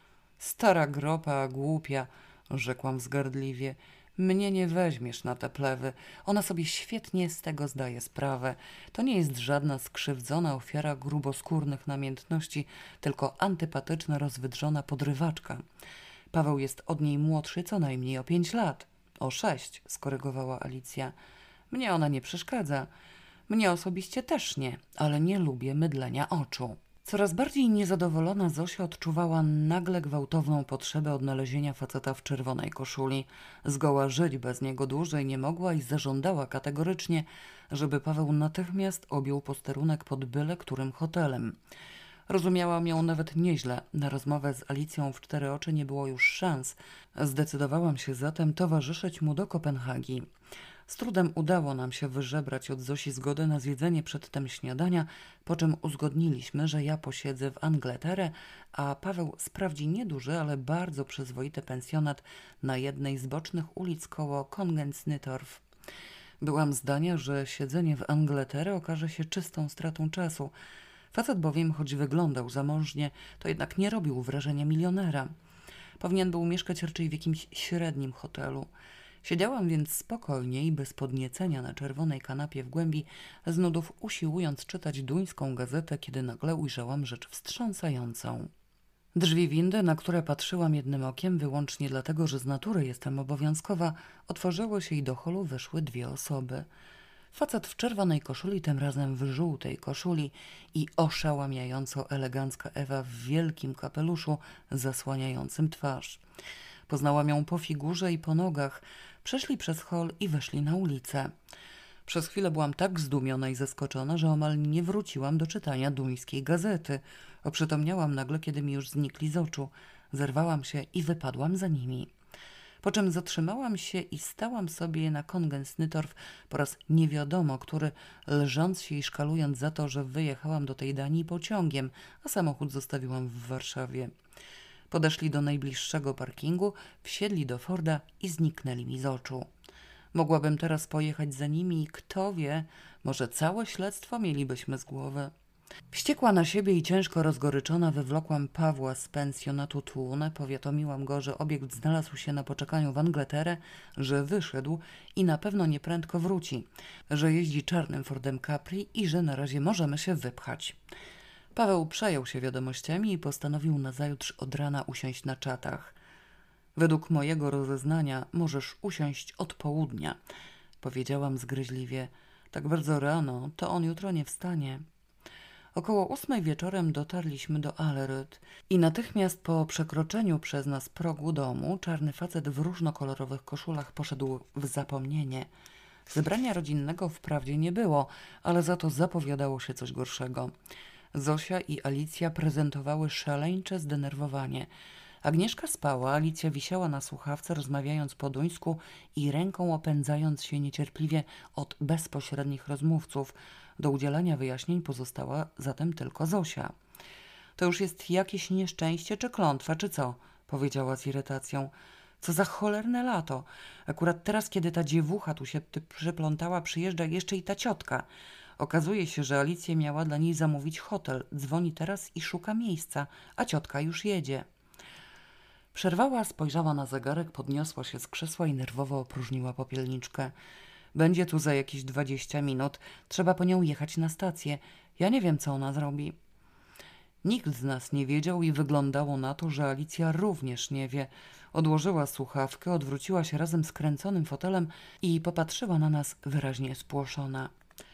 Stara gropa, głupia, rzekłam wzgardliwie. Mnie nie weźmiesz na te plewy. Ona sobie świetnie z tego zdaje sprawę. To nie jest żadna skrzywdzona ofiara gruboskórnych namiętności, tylko antypatyczna, rozwydrzona podrywaczka. Paweł jest od niej młodszy co najmniej o 5 lat. O 6, skorygowała Alicja. Mnie ona nie przeszkadza. Mnie osobiście też nie, ale nie lubię mydlenia oczu. Coraz bardziej niezadowolona Zosia odczuwała nagle gwałtowną potrzebę odnalezienia faceta w czerwonej koszuli. Zgoła żyć bez niego dłużej nie mogła i zażądała kategorycznie, żeby Paweł natychmiast objął posterunek pod byle którym hotelem. Rozumiałam ją nawet nieźle. Na rozmowę z Alicją w 4 oczy nie było już szans. Zdecydowałam się zatem towarzyszyć mu do Kopenhagi. Z trudem udało nam się wyżebrać od Zosi zgodę na zjedzenie przedtem śniadania, po czym uzgodniliśmy, że ja posiedzę w Angleterre, a Paweł sprawdzi nieduży, ale bardzo przyzwoity pensjonat na jednej z bocznych ulic koło Kongens-Nytorv. Byłam zdania, że siedzenie w Angleterre okaże się czystą stratą czasu. Facet bowiem, choć wyglądał zamożnie, to jednak nie robił wrażenia milionera. Powinien był mieszkać raczej w jakimś średnim hotelu. Siedziałam więc spokojnie i bez podniecenia na czerwonej kanapie w głębi, z nudów usiłując czytać duńską gazetę, kiedy nagle ujrzałam rzecz wstrząsającą. Drzwi windy, na które patrzyłam jednym okiem, wyłącznie dlatego, że z natury jestem obowiązkowa, otworzyły się i do holu weszły 2 osoby. Facet w czerwonej koszuli, tym razem w żółtej koszuli i oszałamiająco elegancka Ewa w wielkim kapeluszu zasłaniającym twarz. Poznałam ją po figurze i po nogach. Przeszli przez hol i weszli na ulicę. Przez chwilę byłam tak zdumiona i zaskoczona, że omal nie wróciłam do czytania duńskiej gazety. Oprzytomniałam nagle, kiedy mi już znikli z oczu. Zerwałam się i wypadłam za nimi. Po czym zatrzymałam się i stałam sobie na Kongens-Nytorv po raz nie wiadomo który, lżąc się i szkalując za to, że wyjechałam do tej Danii pociągiem, a samochód zostawiłam w Warszawie. Podeszli do najbliższego parkingu, wsiedli do Forda i zniknęli mi z oczu. Mogłabym teraz pojechać za nimi i kto wie, może całe śledztwo mielibyśmy z głowy. Wściekła na siebie i ciężko rozgoryczona wywlokłam Pawła z pensjonatu Thun, powiadomiłam go, że obiekt znalazł się na poczekaniu w Angleterre, że wyszedł i na pewno nieprędko wróci, że jeździ czarnym Fordem Capri i że na razie możemy się wypchać. Paweł przejął się wiadomościami i postanowił nazajutrz od rana usiąść na czatach. Według mojego rozeznania możesz usiąść od południa, powiedziałam zgryźliwie. Tak bardzo rano, to on jutro nie wstanie. Około 8 wieczorem dotarliśmy do Allerød i natychmiast po przekroczeniu przez nas progu domu czarny facet w różnokolorowych koszulach poszedł w zapomnienie. Zebrania rodzinnego wprawdzie nie było, ale za to zapowiadało się coś gorszego. Zosia i Alicja prezentowały szaleńcze zdenerwowanie. Agnieszka spała, Alicja wisiała na słuchawce, rozmawiając po duńsku i ręką opędzając się niecierpliwie od bezpośrednich rozmówców. Do udzielania wyjaśnień pozostała zatem tylko Zosia. To już jest jakieś nieszczęście czy klątwa, czy co? Powiedziała z irytacją. Co za cholerne lato. Akurat teraz, kiedy ta dziewucha tu się przyplątała, przyjeżdża jeszcze i ta ciotka. Okazuje się, że Alicja miała dla niej zamówić hotel. Dzwoni teraz i szuka miejsca, a ciotka już jedzie. Przerwała, spojrzała na zegarek, podniosła się z krzesła i nerwowo opróżniła popielniczkę. Będzie tu za jakieś 20 minut. Trzeba po nią jechać na stację. Ja nie wiem, co ona zrobi. Nikt z nas nie wiedział i wyglądało na to, że Alicja również nie wie. Odłożyła słuchawkę, odwróciła się razem z kręconym fotelem i popatrzyła na nas wyraźnie spłoszona.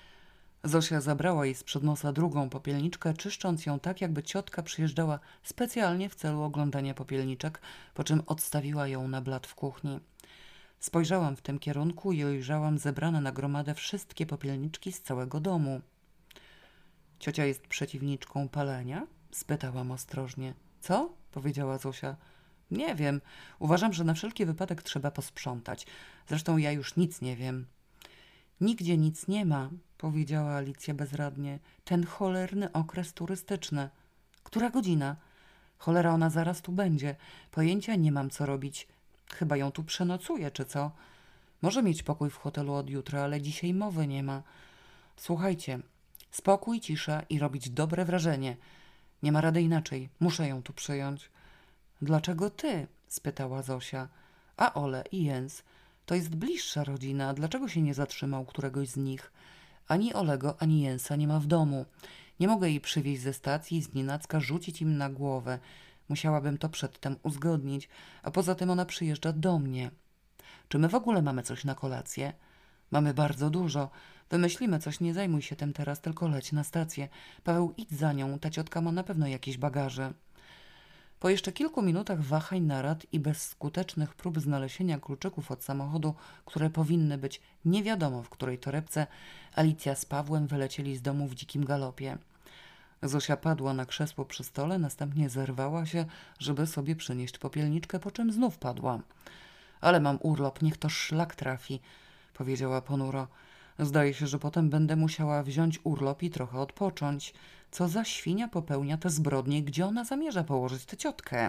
Zosia zabrała jej sprzed nosa drugą popielniczkę, czyszcząc ją tak, jakby ciotka przyjeżdżała specjalnie w celu oglądania popielniczek, po czym odstawiła ją na blat w kuchni. Spojrzałam w tym kierunku i ujrzałam zebrane na gromadę wszystkie popielniczki z całego domu. Ciocia jest przeciwniczką palenia? Spytałam ostrożnie. Co? Powiedziała Zosia. Nie wiem. Uważam, że na wszelki wypadek trzeba posprzątać. Zresztą ja już nic nie wiem. Nigdzie nic nie ma, powiedziała Alicja bezradnie. Ten cholerny okres turystyczny. Która godzina? Cholera, ona zaraz tu będzie. Pojęcia nie mam, co robić. Chyba ją tu przenocuje, czy co? Może mieć pokój w hotelu od jutra, ale dzisiaj mowy nie ma. Słuchajcie, spokój, cisza i robić dobre wrażenie. Nie ma rady inaczej. Muszę ją tu przyjąć. Dlaczego ty? Spytała Zosia. A Ole i Jens. To jest bliższa rodzina. Dlaczego się nie zatrzymał któregoś z nich? Ani Olego, ani Jensa nie ma w domu. Nie mogę jej przywieźć ze stacji i znienacka rzucić im na głowę. Musiałabym to przedtem uzgodnić, a poza tym ona przyjeżdża do mnie. Czy my w ogóle mamy coś na kolację? Mamy bardzo dużo. Wymyślimy coś, nie zajmuj się tym teraz, tylko leć na stację. Paweł, idź za nią, ta ciotka ma na pewno jakieś bagaże. Po jeszcze kilku minutach wahań, narad i bezskutecznych prób znalezienia kluczyków od samochodu, które powinny być nie wiadomo w której torebce, Alicja z Pawłem wylecieli z domu w dzikim galopie. Zosia padła na krzesło przy stole, następnie zerwała się, żeby sobie przynieść popielniczkę, po czym znów padła. Ale mam urlop, niech to szlak trafi, powiedziała ponuro. Zdaje się, że potem będę musiała wziąć urlop i trochę odpocząć. Co za świnia popełnia te zbrodnie, gdzie ona zamierza położyć tę ciotkę?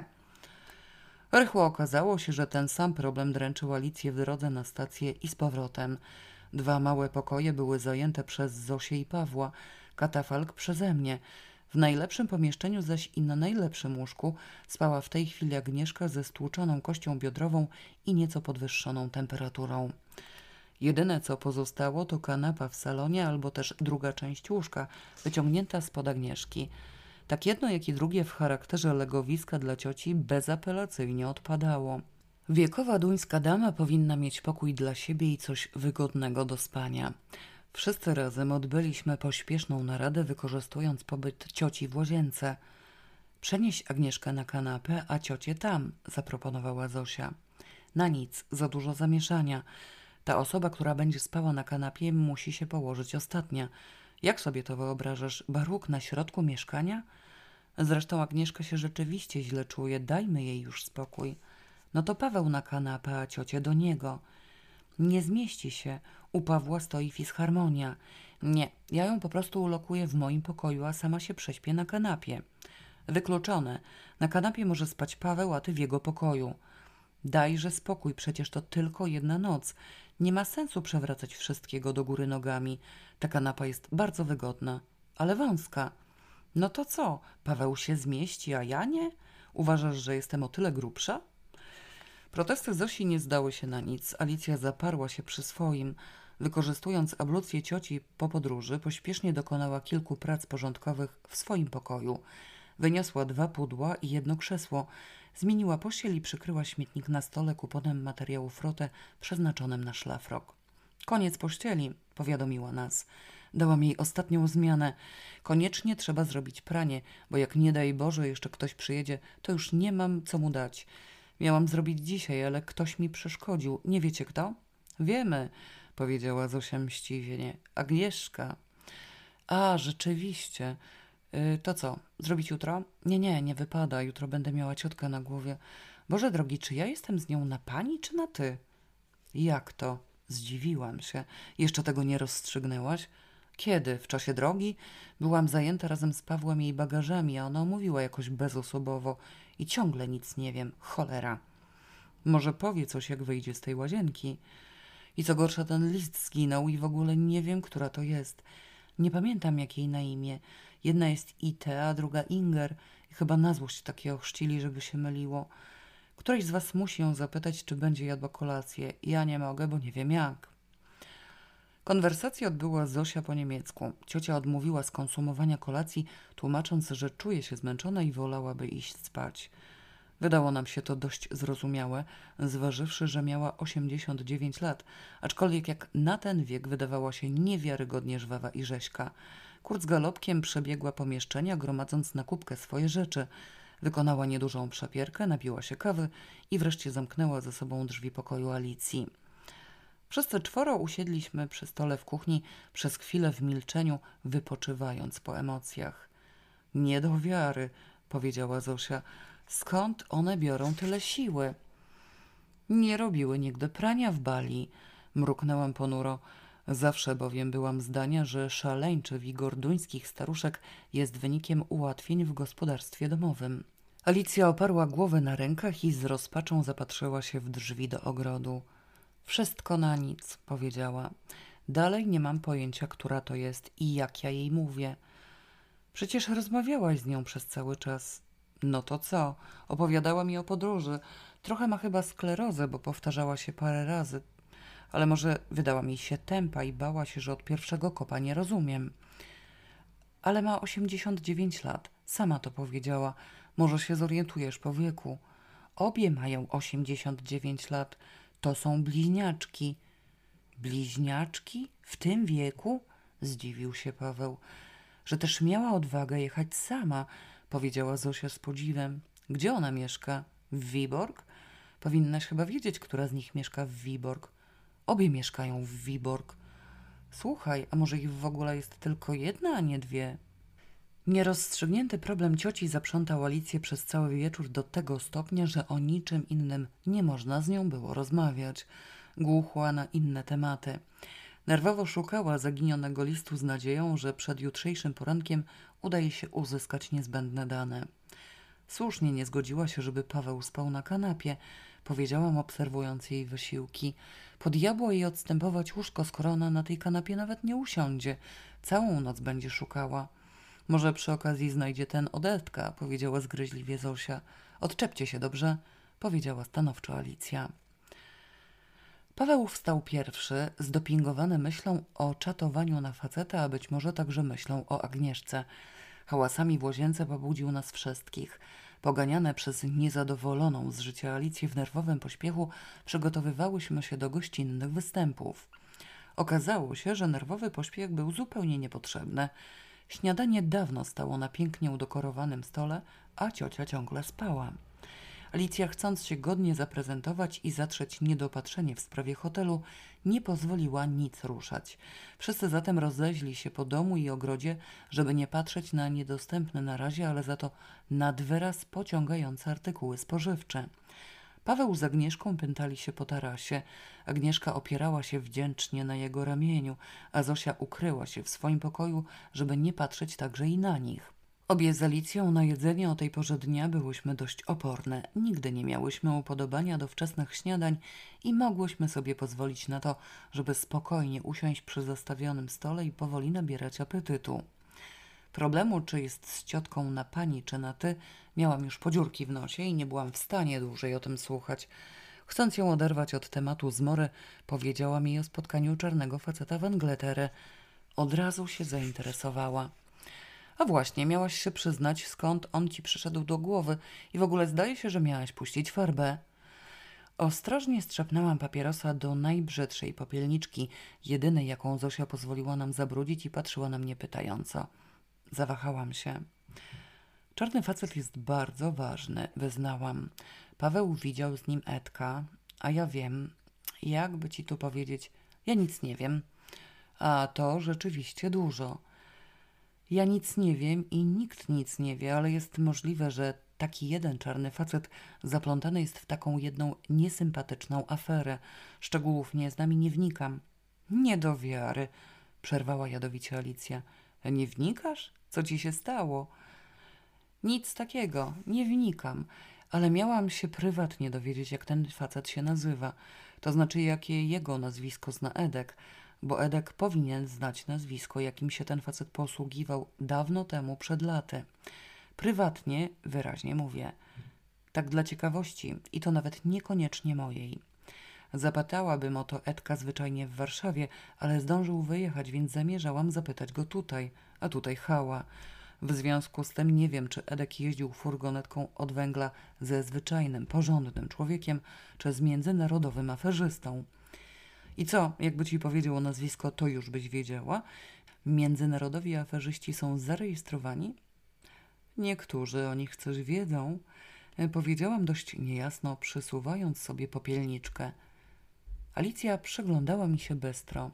Rychło okazało się, że ten sam problem dręczył Alicję w drodze na stację i z powrotem. 2 małe pokoje były zajęte przez Zosię i Pawła, katafalk przeze mnie. W najlepszym pomieszczeniu zaś i na najlepszym łóżku spała w tej chwili Agnieszka ze stłuczoną kością biodrową i nieco podwyższoną temperaturą. Jedyne, co pozostało, to kanapa w salonie albo też druga część łóżka, wyciągnięta spod Agnieszki. Tak jedno, jak i drugie w charakterze legowiska dla cioci bezapelacyjnie odpadało. Wiekowa duńska dama powinna mieć pokój dla siebie i coś wygodnego do spania. Wszyscy razem odbyliśmy pośpieszną naradę, wykorzystując pobyt cioci w łazience. Przenieś Agnieszkę na kanapę, a ciocię tam, zaproponowała Zosia. Na nic, za dużo zamieszania. Ta osoba, która będzie spała na kanapie, musi się położyć ostatnia. Jak sobie to wyobrażasz? Baruk na środku mieszkania? Zresztą Agnieszka się rzeczywiście źle czuje. Dajmy jej już spokój. No to Paweł na kanapę, a ciocię do niego. Nie zmieści się. U Pawła stoi fisharmonia. Nie, ja ją po prostu ulokuję w moim pokoju, a sama się prześpię na kanapie. Wykluczone. Na kanapie może spać Paweł, a ty w jego pokoju. Dajże spokój, przecież to tylko jedna noc. Nie ma sensu przewracać wszystkiego do góry nogami. Ta kanapa jest bardzo wygodna, ale wąska. No to co? Paweł się zmieści, a ja nie? Uważasz, że jestem o tyle grubsza? Protesty Zosi nie zdały się na nic. Alicja zaparła się przy swoim. Wykorzystując ablucję cioci po podróży, pośpiesznie dokonała kilku prac porządkowych w swoim pokoju. Wyniosła 2 pudła i 1 krzesło, zmieniła pościel i przykryła śmietnik na stole kuponem materiału frotę przeznaczonym na szlafrok. Koniec pościeli, powiadomiła nas. Dałam jej ostatnią zmianę. Koniecznie trzeba zrobić pranie, bo jak nie daj Boże jeszcze ktoś przyjedzie, to już nie mam co mu dać. Miałam zrobić dzisiaj, ale ktoś mi przeszkodził. Nie wiecie kto? Wiemy, powiedziała Zosia mściwie. Agnieszka. A, rzeczywiście. To co, zrobić jutro? Nie wypada. Jutro będę miała ciotkę na głowie. Boże drogi, czy ja jestem z nią na pani, czy na ty? Jak to? Zdziwiłam się. Jeszcze tego nie rozstrzygnęłaś? Kiedy? W czasie drogi? Byłam zajęta razem z Pawłem jej bagażami, a ona mówiła jakoś bezosobowo i ciągle nic nie wiem. Cholera. Może powie coś, jak wyjdzie z tej łazienki. I co gorsza, ten list zginął i w ogóle nie wiem, która to jest. Nie pamiętam, jak jej na imię. Jedna jest Ite, a druga Inger. I chyba na złość takie ochrzcili, żeby się myliło. Któryś z was musi ją zapytać, czy będzie jadła kolację. Ja nie mogę, bo nie wiem jak. Konwersację odbyła Zosia po niemiecku. Ciocia odmówiła skonsumowania kolacji, tłumacząc, że czuje się zmęczona i wolałaby iść spać. Wydało nam się to dość zrozumiałe, zważywszy, że miała 89 lat, aczkolwiek jak na ten wiek wydawała się niewiarygodnie żwawa i rzeźka. Kurt galopkiem przebiegła pomieszczenia, gromadząc na kubkę swoje rzeczy. Wykonała niedużą przepierkę, napiła się kawy i wreszcie zamknęła za sobą drzwi pokoju Alicji. Wszyscy 4 usiedliśmy przy stole w kuchni, przez chwilę w milczeniu, wypoczywając po emocjach. Nie do wiary, powiedziała Zosia. Skąd one biorą tyle siły? Nie robiły nigdy prania w Bali, mruknęłam ponuro. Zawsze bowiem byłam zdania, że szaleńczy wigor duńskich staruszek jest wynikiem ułatwień w gospodarstwie domowym. Alicja oparła głowę na rękach i z rozpaczą zapatrzyła się w drzwi do ogrodu. Wszystko na nic, powiedziała. Dalej nie mam pojęcia, która to jest i jak ja jej mówię. Przecież rozmawiałaś z nią przez cały czas. No to co? Opowiadała mi o podróży. Trochę ma chyba sklerozę, bo powtarzała się parę razy. Ale może wydała mi się tępa i bała się, że od pierwszego kopa nie rozumiem. Ale ma 89 lat. Sama to powiedziała. Może się zorientujesz po wieku. Obie mają 89 lat. To są bliźniaczki. Bliźniaczki? W tym wieku? Zdziwił się Paweł. Że też miała odwagę jechać sama, powiedziała Zosia z podziwem. Gdzie ona mieszka? W Wiborg? Powinnaś chyba wiedzieć, która z nich mieszka w Wiborg. Obie mieszkają w Wiborg. Słuchaj, a może ich w ogóle jest tylko jedna, a nie 2? Nierozstrzygnięty problem cioci zaprzątał Alicję przez cały wieczór do tego stopnia, że o niczym innym nie można z nią było rozmawiać. Głuchła na inne tematy. Nerwowo szukała zaginionego listu z nadzieją, że przed jutrzejszym porankiem uda jej się uzyskać niezbędne dane. Słusznie nie zgodziła się, żeby Paweł spał na kanapie, powiedziałam, obserwując jej wysiłki. Po diabła jej odstępować łóżko, skoro ona na tej kanapie nawet nie usiądzie. Całą noc będzie szukała. Może przy okazji znajdzie ten Odetka, powiedziała zgryźliwie Zosia. Odczepcie się, dobrze? Powiedziała stanowczo Alicja. Paweł wstał pierwszy, zdopingowany myślą o czatowaniu na faceta, a być może także myślą o Agnieszce. Hałasami w łazience pobudził nas wszystkich. Poganiane przez niezadowoloną z życia Alicję w nerwowym pośpiechu, przygotowywałyśmy się do gościnnych występów. Okazało się, że nerwowy pośpiech był zupełnie niepotrzebny. Śniadanie dawno stało na pięknie udekorowanym stole, a ciocia ciągle spała. Alicja, chcąc się godnie zaprezentować i zatrzeć niedopatrzenie w sprawie hotelu, nie pozwoliła nic ruszać. Wszyscy zatem rozleźli się po domu i ogrodzie, żeby nie patrzeć na niedostępne na razie, ale za to nad wyraz pociągające artykuły spożywcze. Paweł z Agnieszką pętali się po tarasie. Agnieszka opierała się wdzięcznie na jego ramieniu, a Zosia ukryła się w swoim pokoju, żeby nie patrzeć także i na nich. Obie z Alicją na jedzenie o tej porze dnia byłyśmy dość oporne. Nigdy nie miałyśmy upodobania do wczesnych śniadań i mogłyśmy sobie pozwolić na to, żeby spokojnie usiąść przy zastawionym stole i powoli nabierać apetytu. Problemu, czy jest z ciotką na pani, czy na ty, miałam już podziurki w nosie i nie byłam w stanie dłużej o tym słuchać. Chcąc ją oderwać od tematu zmory, powiedziała mi o spotkaniu czarnego faceta w Angleterre. Od razu się zainteresowała. A właśnie, miałaś się przyznać, skąd on ci przyszedł do głowy i w ogóle zdaje się, że miałaś puścić farbę. Ostrożnie strzepnęłam papierosa do najbrzydszej popielniczki, jedynej, jaką Zosia pozwoliła nam zabrudzić, i patrzyła na mnie pytająco. Zawahałam się. Czarny facet jest bardzo ważny, wyznałam. Paweł widział z nim Edka, a ja wiem, jakby ci tu powiedzieć, ja nic nie wiem. A to rzeczywiście dużo. Ja nic nie wiem i nikt nic nie wie, ale jest możliwe, że taki jeden czarny facet zaplątany jest w taką jedną niesympatyczną aferę. Szczegółów nie znam i nie wnikam. Nie do wiary, przerwała jadowicie Alicja. Nie wnikasz? Co ci się stało? Nic takiego, nie wnikam, ale miałam się prywatnie dowiedzieć, jak ten facet się nazywa. To znaczy, jakie jego nazwisko zna Edek, bo Edek powinien znać nazwisko, jakim się ten facet posługiwał dawno temu, przed laty. Prywatnie, wyraźnie mówię. Tak dla ciekawości i to nawet niekoniecznie mojej. Zapytałabym o to Edka zwyczajnie w Warszawie, ale zdążył wyjechać, więc zamierzałam zapytać go tutaj, a tutaj hała. W związku z tym nie wiem, czy Edek jeździł furgonetką od węgla ze zwyczajnym, porządnym człowiekiem, czy z międzynarodowym aferzystą. I co, jakby ci powiedział nazwisko, to już byś wiedziała? Międzynarodowi aferzyści są zarejestrowani? Niektórzy o nich coś wiedzą. Powiedziałam dość niejasno, przysuwając sobie popielniczkę. Alicja przyglądała mi się bystro.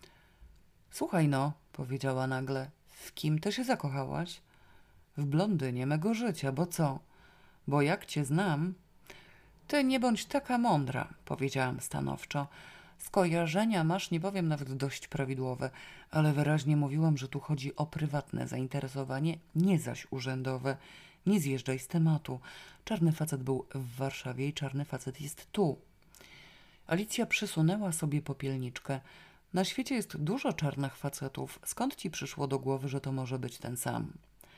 Słuchaj no, powiedziała nagle, w kim ty się zakochałaś? W blondynie mego życia, bo co? Bo jak cię znam... Ty nie bądź taka mądra, powiedziałam stanowczo. Skojarzenia masz, nie powiem nawet dość prawidłowe, ale wyraźnie mówiłam, że tu chodzi o prywatne zainteresowanie, nie zaś urzędowe. Nie zjeżdżaj z tematu. Czarny facet był w Warszawie i czarny facet jest tu. Alicja przysunęła sobie popielniczkę. Na świecie jest dużo czarnych facetów. Skąd ci przyszło do głowy, że to może być ten sam?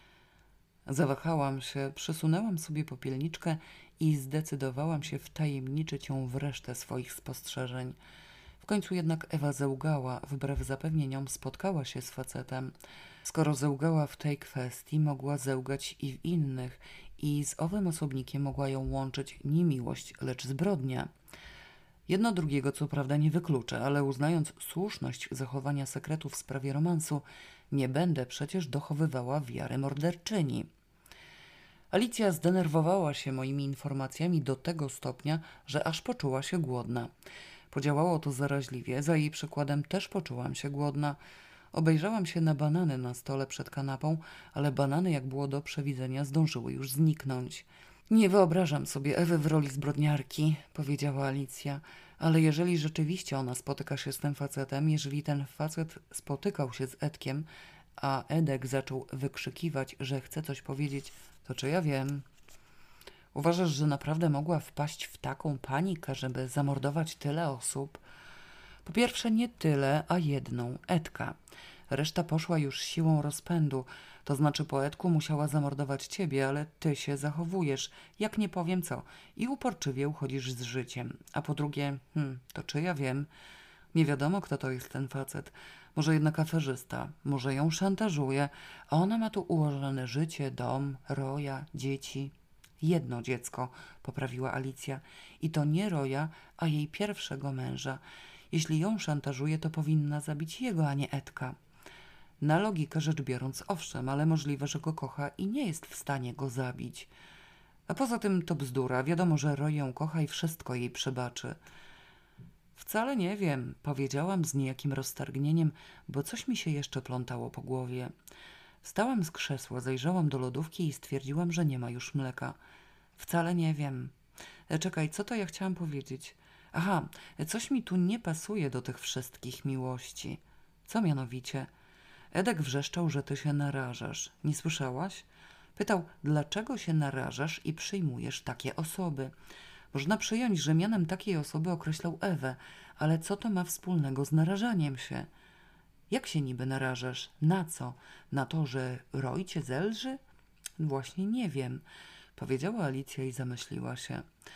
Zawahałam się, przysunęłam sobie popielniczkę i zdecydowałam się wtajemniczyć ją w resztę swoich spostrzeżeń. W końcu jednak Ewa zełgała, wbrew zapewnieniom spotkała się z facetem. Skoro zełgała w tej kwestii, mogła zełgać i w innych i z owym osobnikiem mogła ją łączyć nie miłość, lecz zbrodnia. Jedno drugiego co prawda nie wykluczę, ale uznając słuszność zachowania sekretu w sprawie romansu, nie będę przecież dochowywała wiary morderczyni. Alicja zdenerwowała się moimi informacjami do tego stopnia, że aż poczuła się głodna. Podziałało to zaraźliwie, za jej przykładem też poczułam się głodna. Obejrzałam się na banany na stole przed kanapą, ale banany, jak było do przewidzenia, zdążyły już zniknąć. Nie wyobrażam sobie Ewy w roli zbrodniarki, powiedziała Alicja, ale jeżeli rzeczywiście ona spotyka się z tym facetem, jeżeli ten facet spotykał się z Edkiem, a Edek zaczął wykrzykiwać, że chce coś powiedzieć, to czy ja wiem? Uważasz, że naprawdę mogła wpaść w taką panikę, żeby zamordować tyle osób? Po pierwsze nie tyle, a jedną, Edka. Reszta poszła już siłą rozpędu, to znaczy po Edku musiała zamordować ciebie, ale ty się zachowujesz, jak nie powiem co, i uporczywie uchodzisz z życiem. A po drugie, to czy ja wiem? Nie wiadomo, kto to jest ten facet. Może jednak aferzysta, może ją szantażuje, a ona ma tu ułożone życie, dom, Roja, dzieci. Jedno dziecko, poprawiła Alicja, i to nie Roja, a jej pierwszego męża. Jeśli ją szantażuje, to powinna zabić jego, a nie Edka. Na logikę rzecz biorąc, owszem, ale możliwe, że go kocha i nie jest w stanie go zabić. A poza tym to bzdura. Wiadomo, że Roy ją kocha i wszystko jej przebaczy. Wcale nie wiem, powiedziałam z niejakim roztargnieniem, bo coś mi się jeszcze plątało po głowie. Wstałam z krzesła, zajrzałam do lodówki i stwierdziłam, że nie ma już mleka. Wcale nie wiem. Czekaj, co to ja chciałam powiedzieć? Aha, coś mi tu nie pasuje do tych wszystkich miłości. Co mianowicie? Edek wrzeszczał, że ty się narażasz. Nie słyszałaś? Pytał, dlaczego się narażasz i przyjmujesz takie osoby. Można przyjąć, że mianem takiej osoby określał Ewę, ale co to ma wspólnego z narażaniem się? Jak się niby narażasz? Na co? Na to, że Roy cię zelży? Właśnie nie wiem, powiedziała Alicja i zamyśliła się.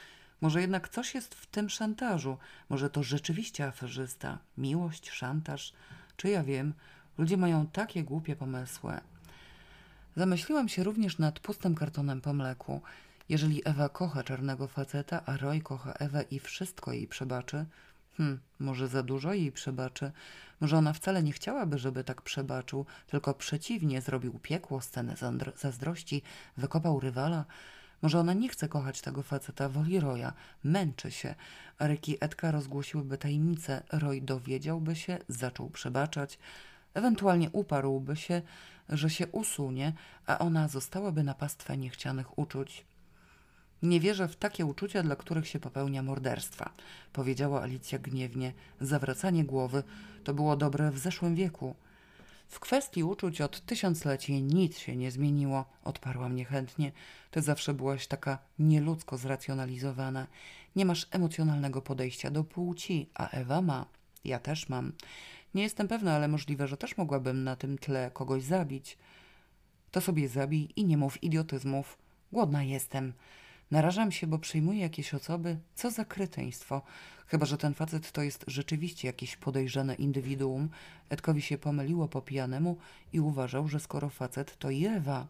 Może jednak coś jest w tym szantażu. Może to rzeczywiście aferzysta. Miłość, szantaż. Czy ja wiem? Ludzie mają takie głupie pomysły. Zamyśliłam się również nad pustym kartonem po mleku. Jeżeli Ewa kocha czarnego faceta, a Roy kocha Ewę i wszystko jej przebaczy, może za dużo jej przebaczy. Może ona wcale nie chciałaby, żeby tak przebaczył, tylko przeciwnie, zrobił piekło, scenę zazdrości, wykopał rywala. Może ona nie chce kochać tego faceta, woli Roya, męczy się, a Ryk i Edka rozgłosiłyby tajemnicę, Roy dowiedziałby się, zaczął przebaczać, ewentualnie uparłby się, że się usunie, a ona zostałaby na pastwę niechcianych uczuć. Nie wierzę w takie uczucia, dla których się popełnia morderstwa, powiedziała Alicja gniewnie. Zawracanie głowy to było dobre w zeszłym wieku. W kwestii uczuć od tysiącleci nic się nie zmieniło, odparłam niechętnie. Ty zawsze byłaś taka nieludzko zracjonalizowana. Nie masz emocjonalnego podejścia do płci, a Ewa ma. Ja też mam. Nie jestem pewna, ale możliwe, że też mogłabym na tym tle kogoś zabić. To sobie zabij i nie mów idiotyzmów. Głodna jestem. Narażam się, bo przyjmuję jakieś osoby. Co za kretyństwo. Chyba że ten facet to jest rzeczywiście jakieś podejrzane indywiduum. Edkowi się pomyliło po pijanemu i uważał, że skoro facet, to i Ewa.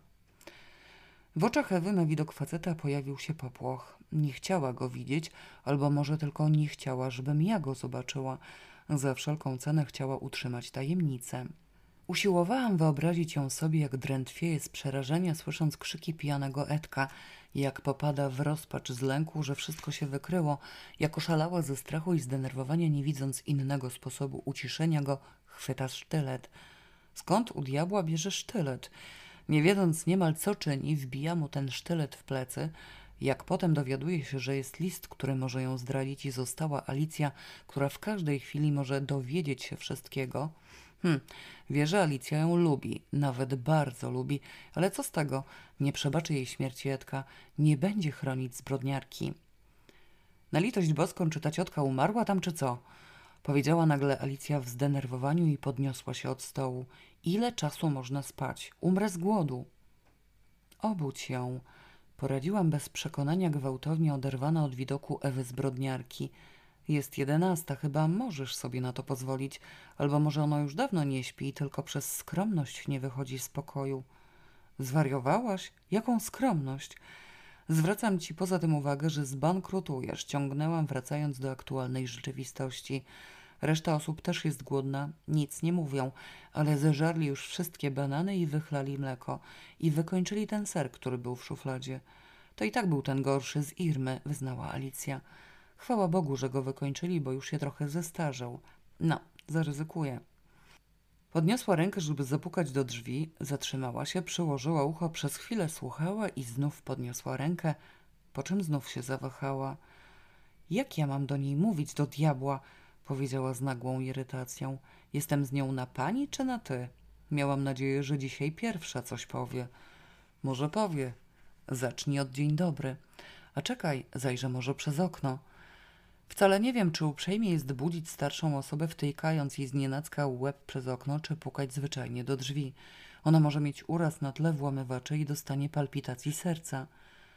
W oczach Ewy na widok faceta pojawił się popłoch. Nie chciała go widzieć, albo może tylko nie chciała, żebym ja go zobaczyła. Za wszelką cenę chciała utrzymać tajemnicę. Usiłowałam wyobrazić ją sobie, jak drętwieje z przerażenia, słysząc krzyki pijanego Edka, jak popada w rozpacz z lęku, że wszystko się wykryło, jak oszalała ze strachu i zdenerwowania, nie widząc innego sposobu uciszenia go, chwyta sztylet. Skąd u diabła bierze sztylet? Nie wiedząc niemal co czyni, wbija mu ten sztylet w plecy. Jak potem dowiaduje się, że jest list, który może ją zdradzić i została Alicja, która w każdej chwili może dowiedzieć się wszystkiego. Wie, że Alicja ją lubi, nawet bardzo lubi, ale co z tego? Nie przebaczy jej śmierci Edka, nie będzie chronić zbrodniarki. Na litość boską, czy ta ciotka umarła tam, czy co? Powiedziała nagle Alicja w zdenerwowaniu i podniosła się od stołu. Ile czasu można spać? Umrę z głodu. Obudź ją. Poradziłam bez przekonania, gwałtownie oderwana od widoku Ewy zbrodniarki. Jest 11, chyba możesz sobie na to pozwolić, albo może ono już dawno nie śpi, tylko przez skromność nie wychodzi z pokoju. Zwariowałaś? Jaką skromność? Zwracam ci poza tym uwagę, że zbankrutujesz, ciągnęłam, wracając do aktualnej rzeczywistości. Reszta osób też jest głodna, nic nie mówią, ale zeżarli już wszystkie banany i wychlali mleko i wykończyli ten ser, który był w szufladzie. To i tak był ten gorszy z Irmy, wyznała Alicja. Chwała Bogu, że go wykończyli, bo już się trochę zestarzał. No, zaryzykuję. Podniosła rękę, żeby zapukać do drzwi, zatrzymała się, przyłożyła ucho, przez chwilę słuchała i znów podniosła rękę, po czym znów się zawahała. Jak ja mam do niej mówić, do diabła? Powiedziała z nagłą irytacją. Jestem z nią na pani czy na ty? Miałam nadzieję, że dzisiaj pierwsza coś powie. Może powie. Zacznij od dzień dobry. A czekaj, zajrzę może przez okno. Wcale nie wiem, czy uprzejmie jest budzić starszą osobę, wtykając jej znienacka łeb przez okno, czy pukać zwyczajnie do drzwi. Ona może mieć uraz na tle włamywaczy i dostanie palpitacji serca.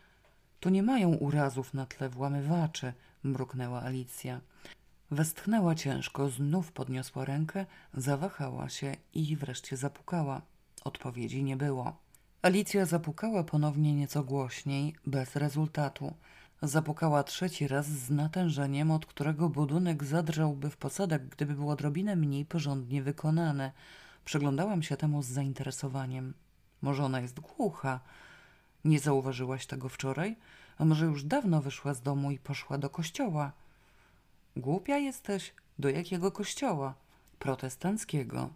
Tu nie mają urazów na tle włamywaczy, mruknęła Alicja. Westchnęła ciężko, znów podniosła rękę, zawahała się i wreszcie zapukała. Odpowiedzi nie było. Alicja zapukała ponownie nieco głośniej, bez rezultatu. Zapukała trzeci raz z natężeniem, od którego budynek zadrżałby w posadach, gdyby było odrobinę mniej porządnie wykonane. Przyglądałam się temu z zainteresowaniem. Może ona jest głucha? Nie zauważyłaś tego wczoraj? A może już dawno wyszła z domu i poszła do kościoła? Głupia jesteś? Do jakiego kościoła? Protestanckiego.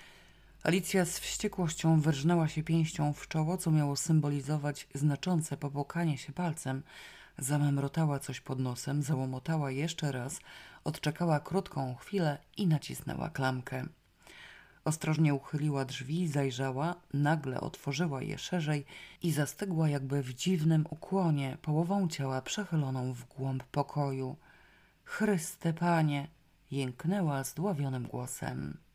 Alicja z wściekłością wyrżnęła się pięścią w czoło, co miało symbolizować znaczące popłakanie się palcem. Zamemrotała coś pod nosem, załomotała jeszcze raz, odczekała krótką chwilę i nacisnęła klamkę. Ostrożnie uchyliła drzwi, zajrzała, nagle otworzyła je szerzej i zastygła jakby w dziwnym ukłonie, połową ciała przechyloną w głąb pokoju. Chryste Panie! Jęknęła zdławionym głosem.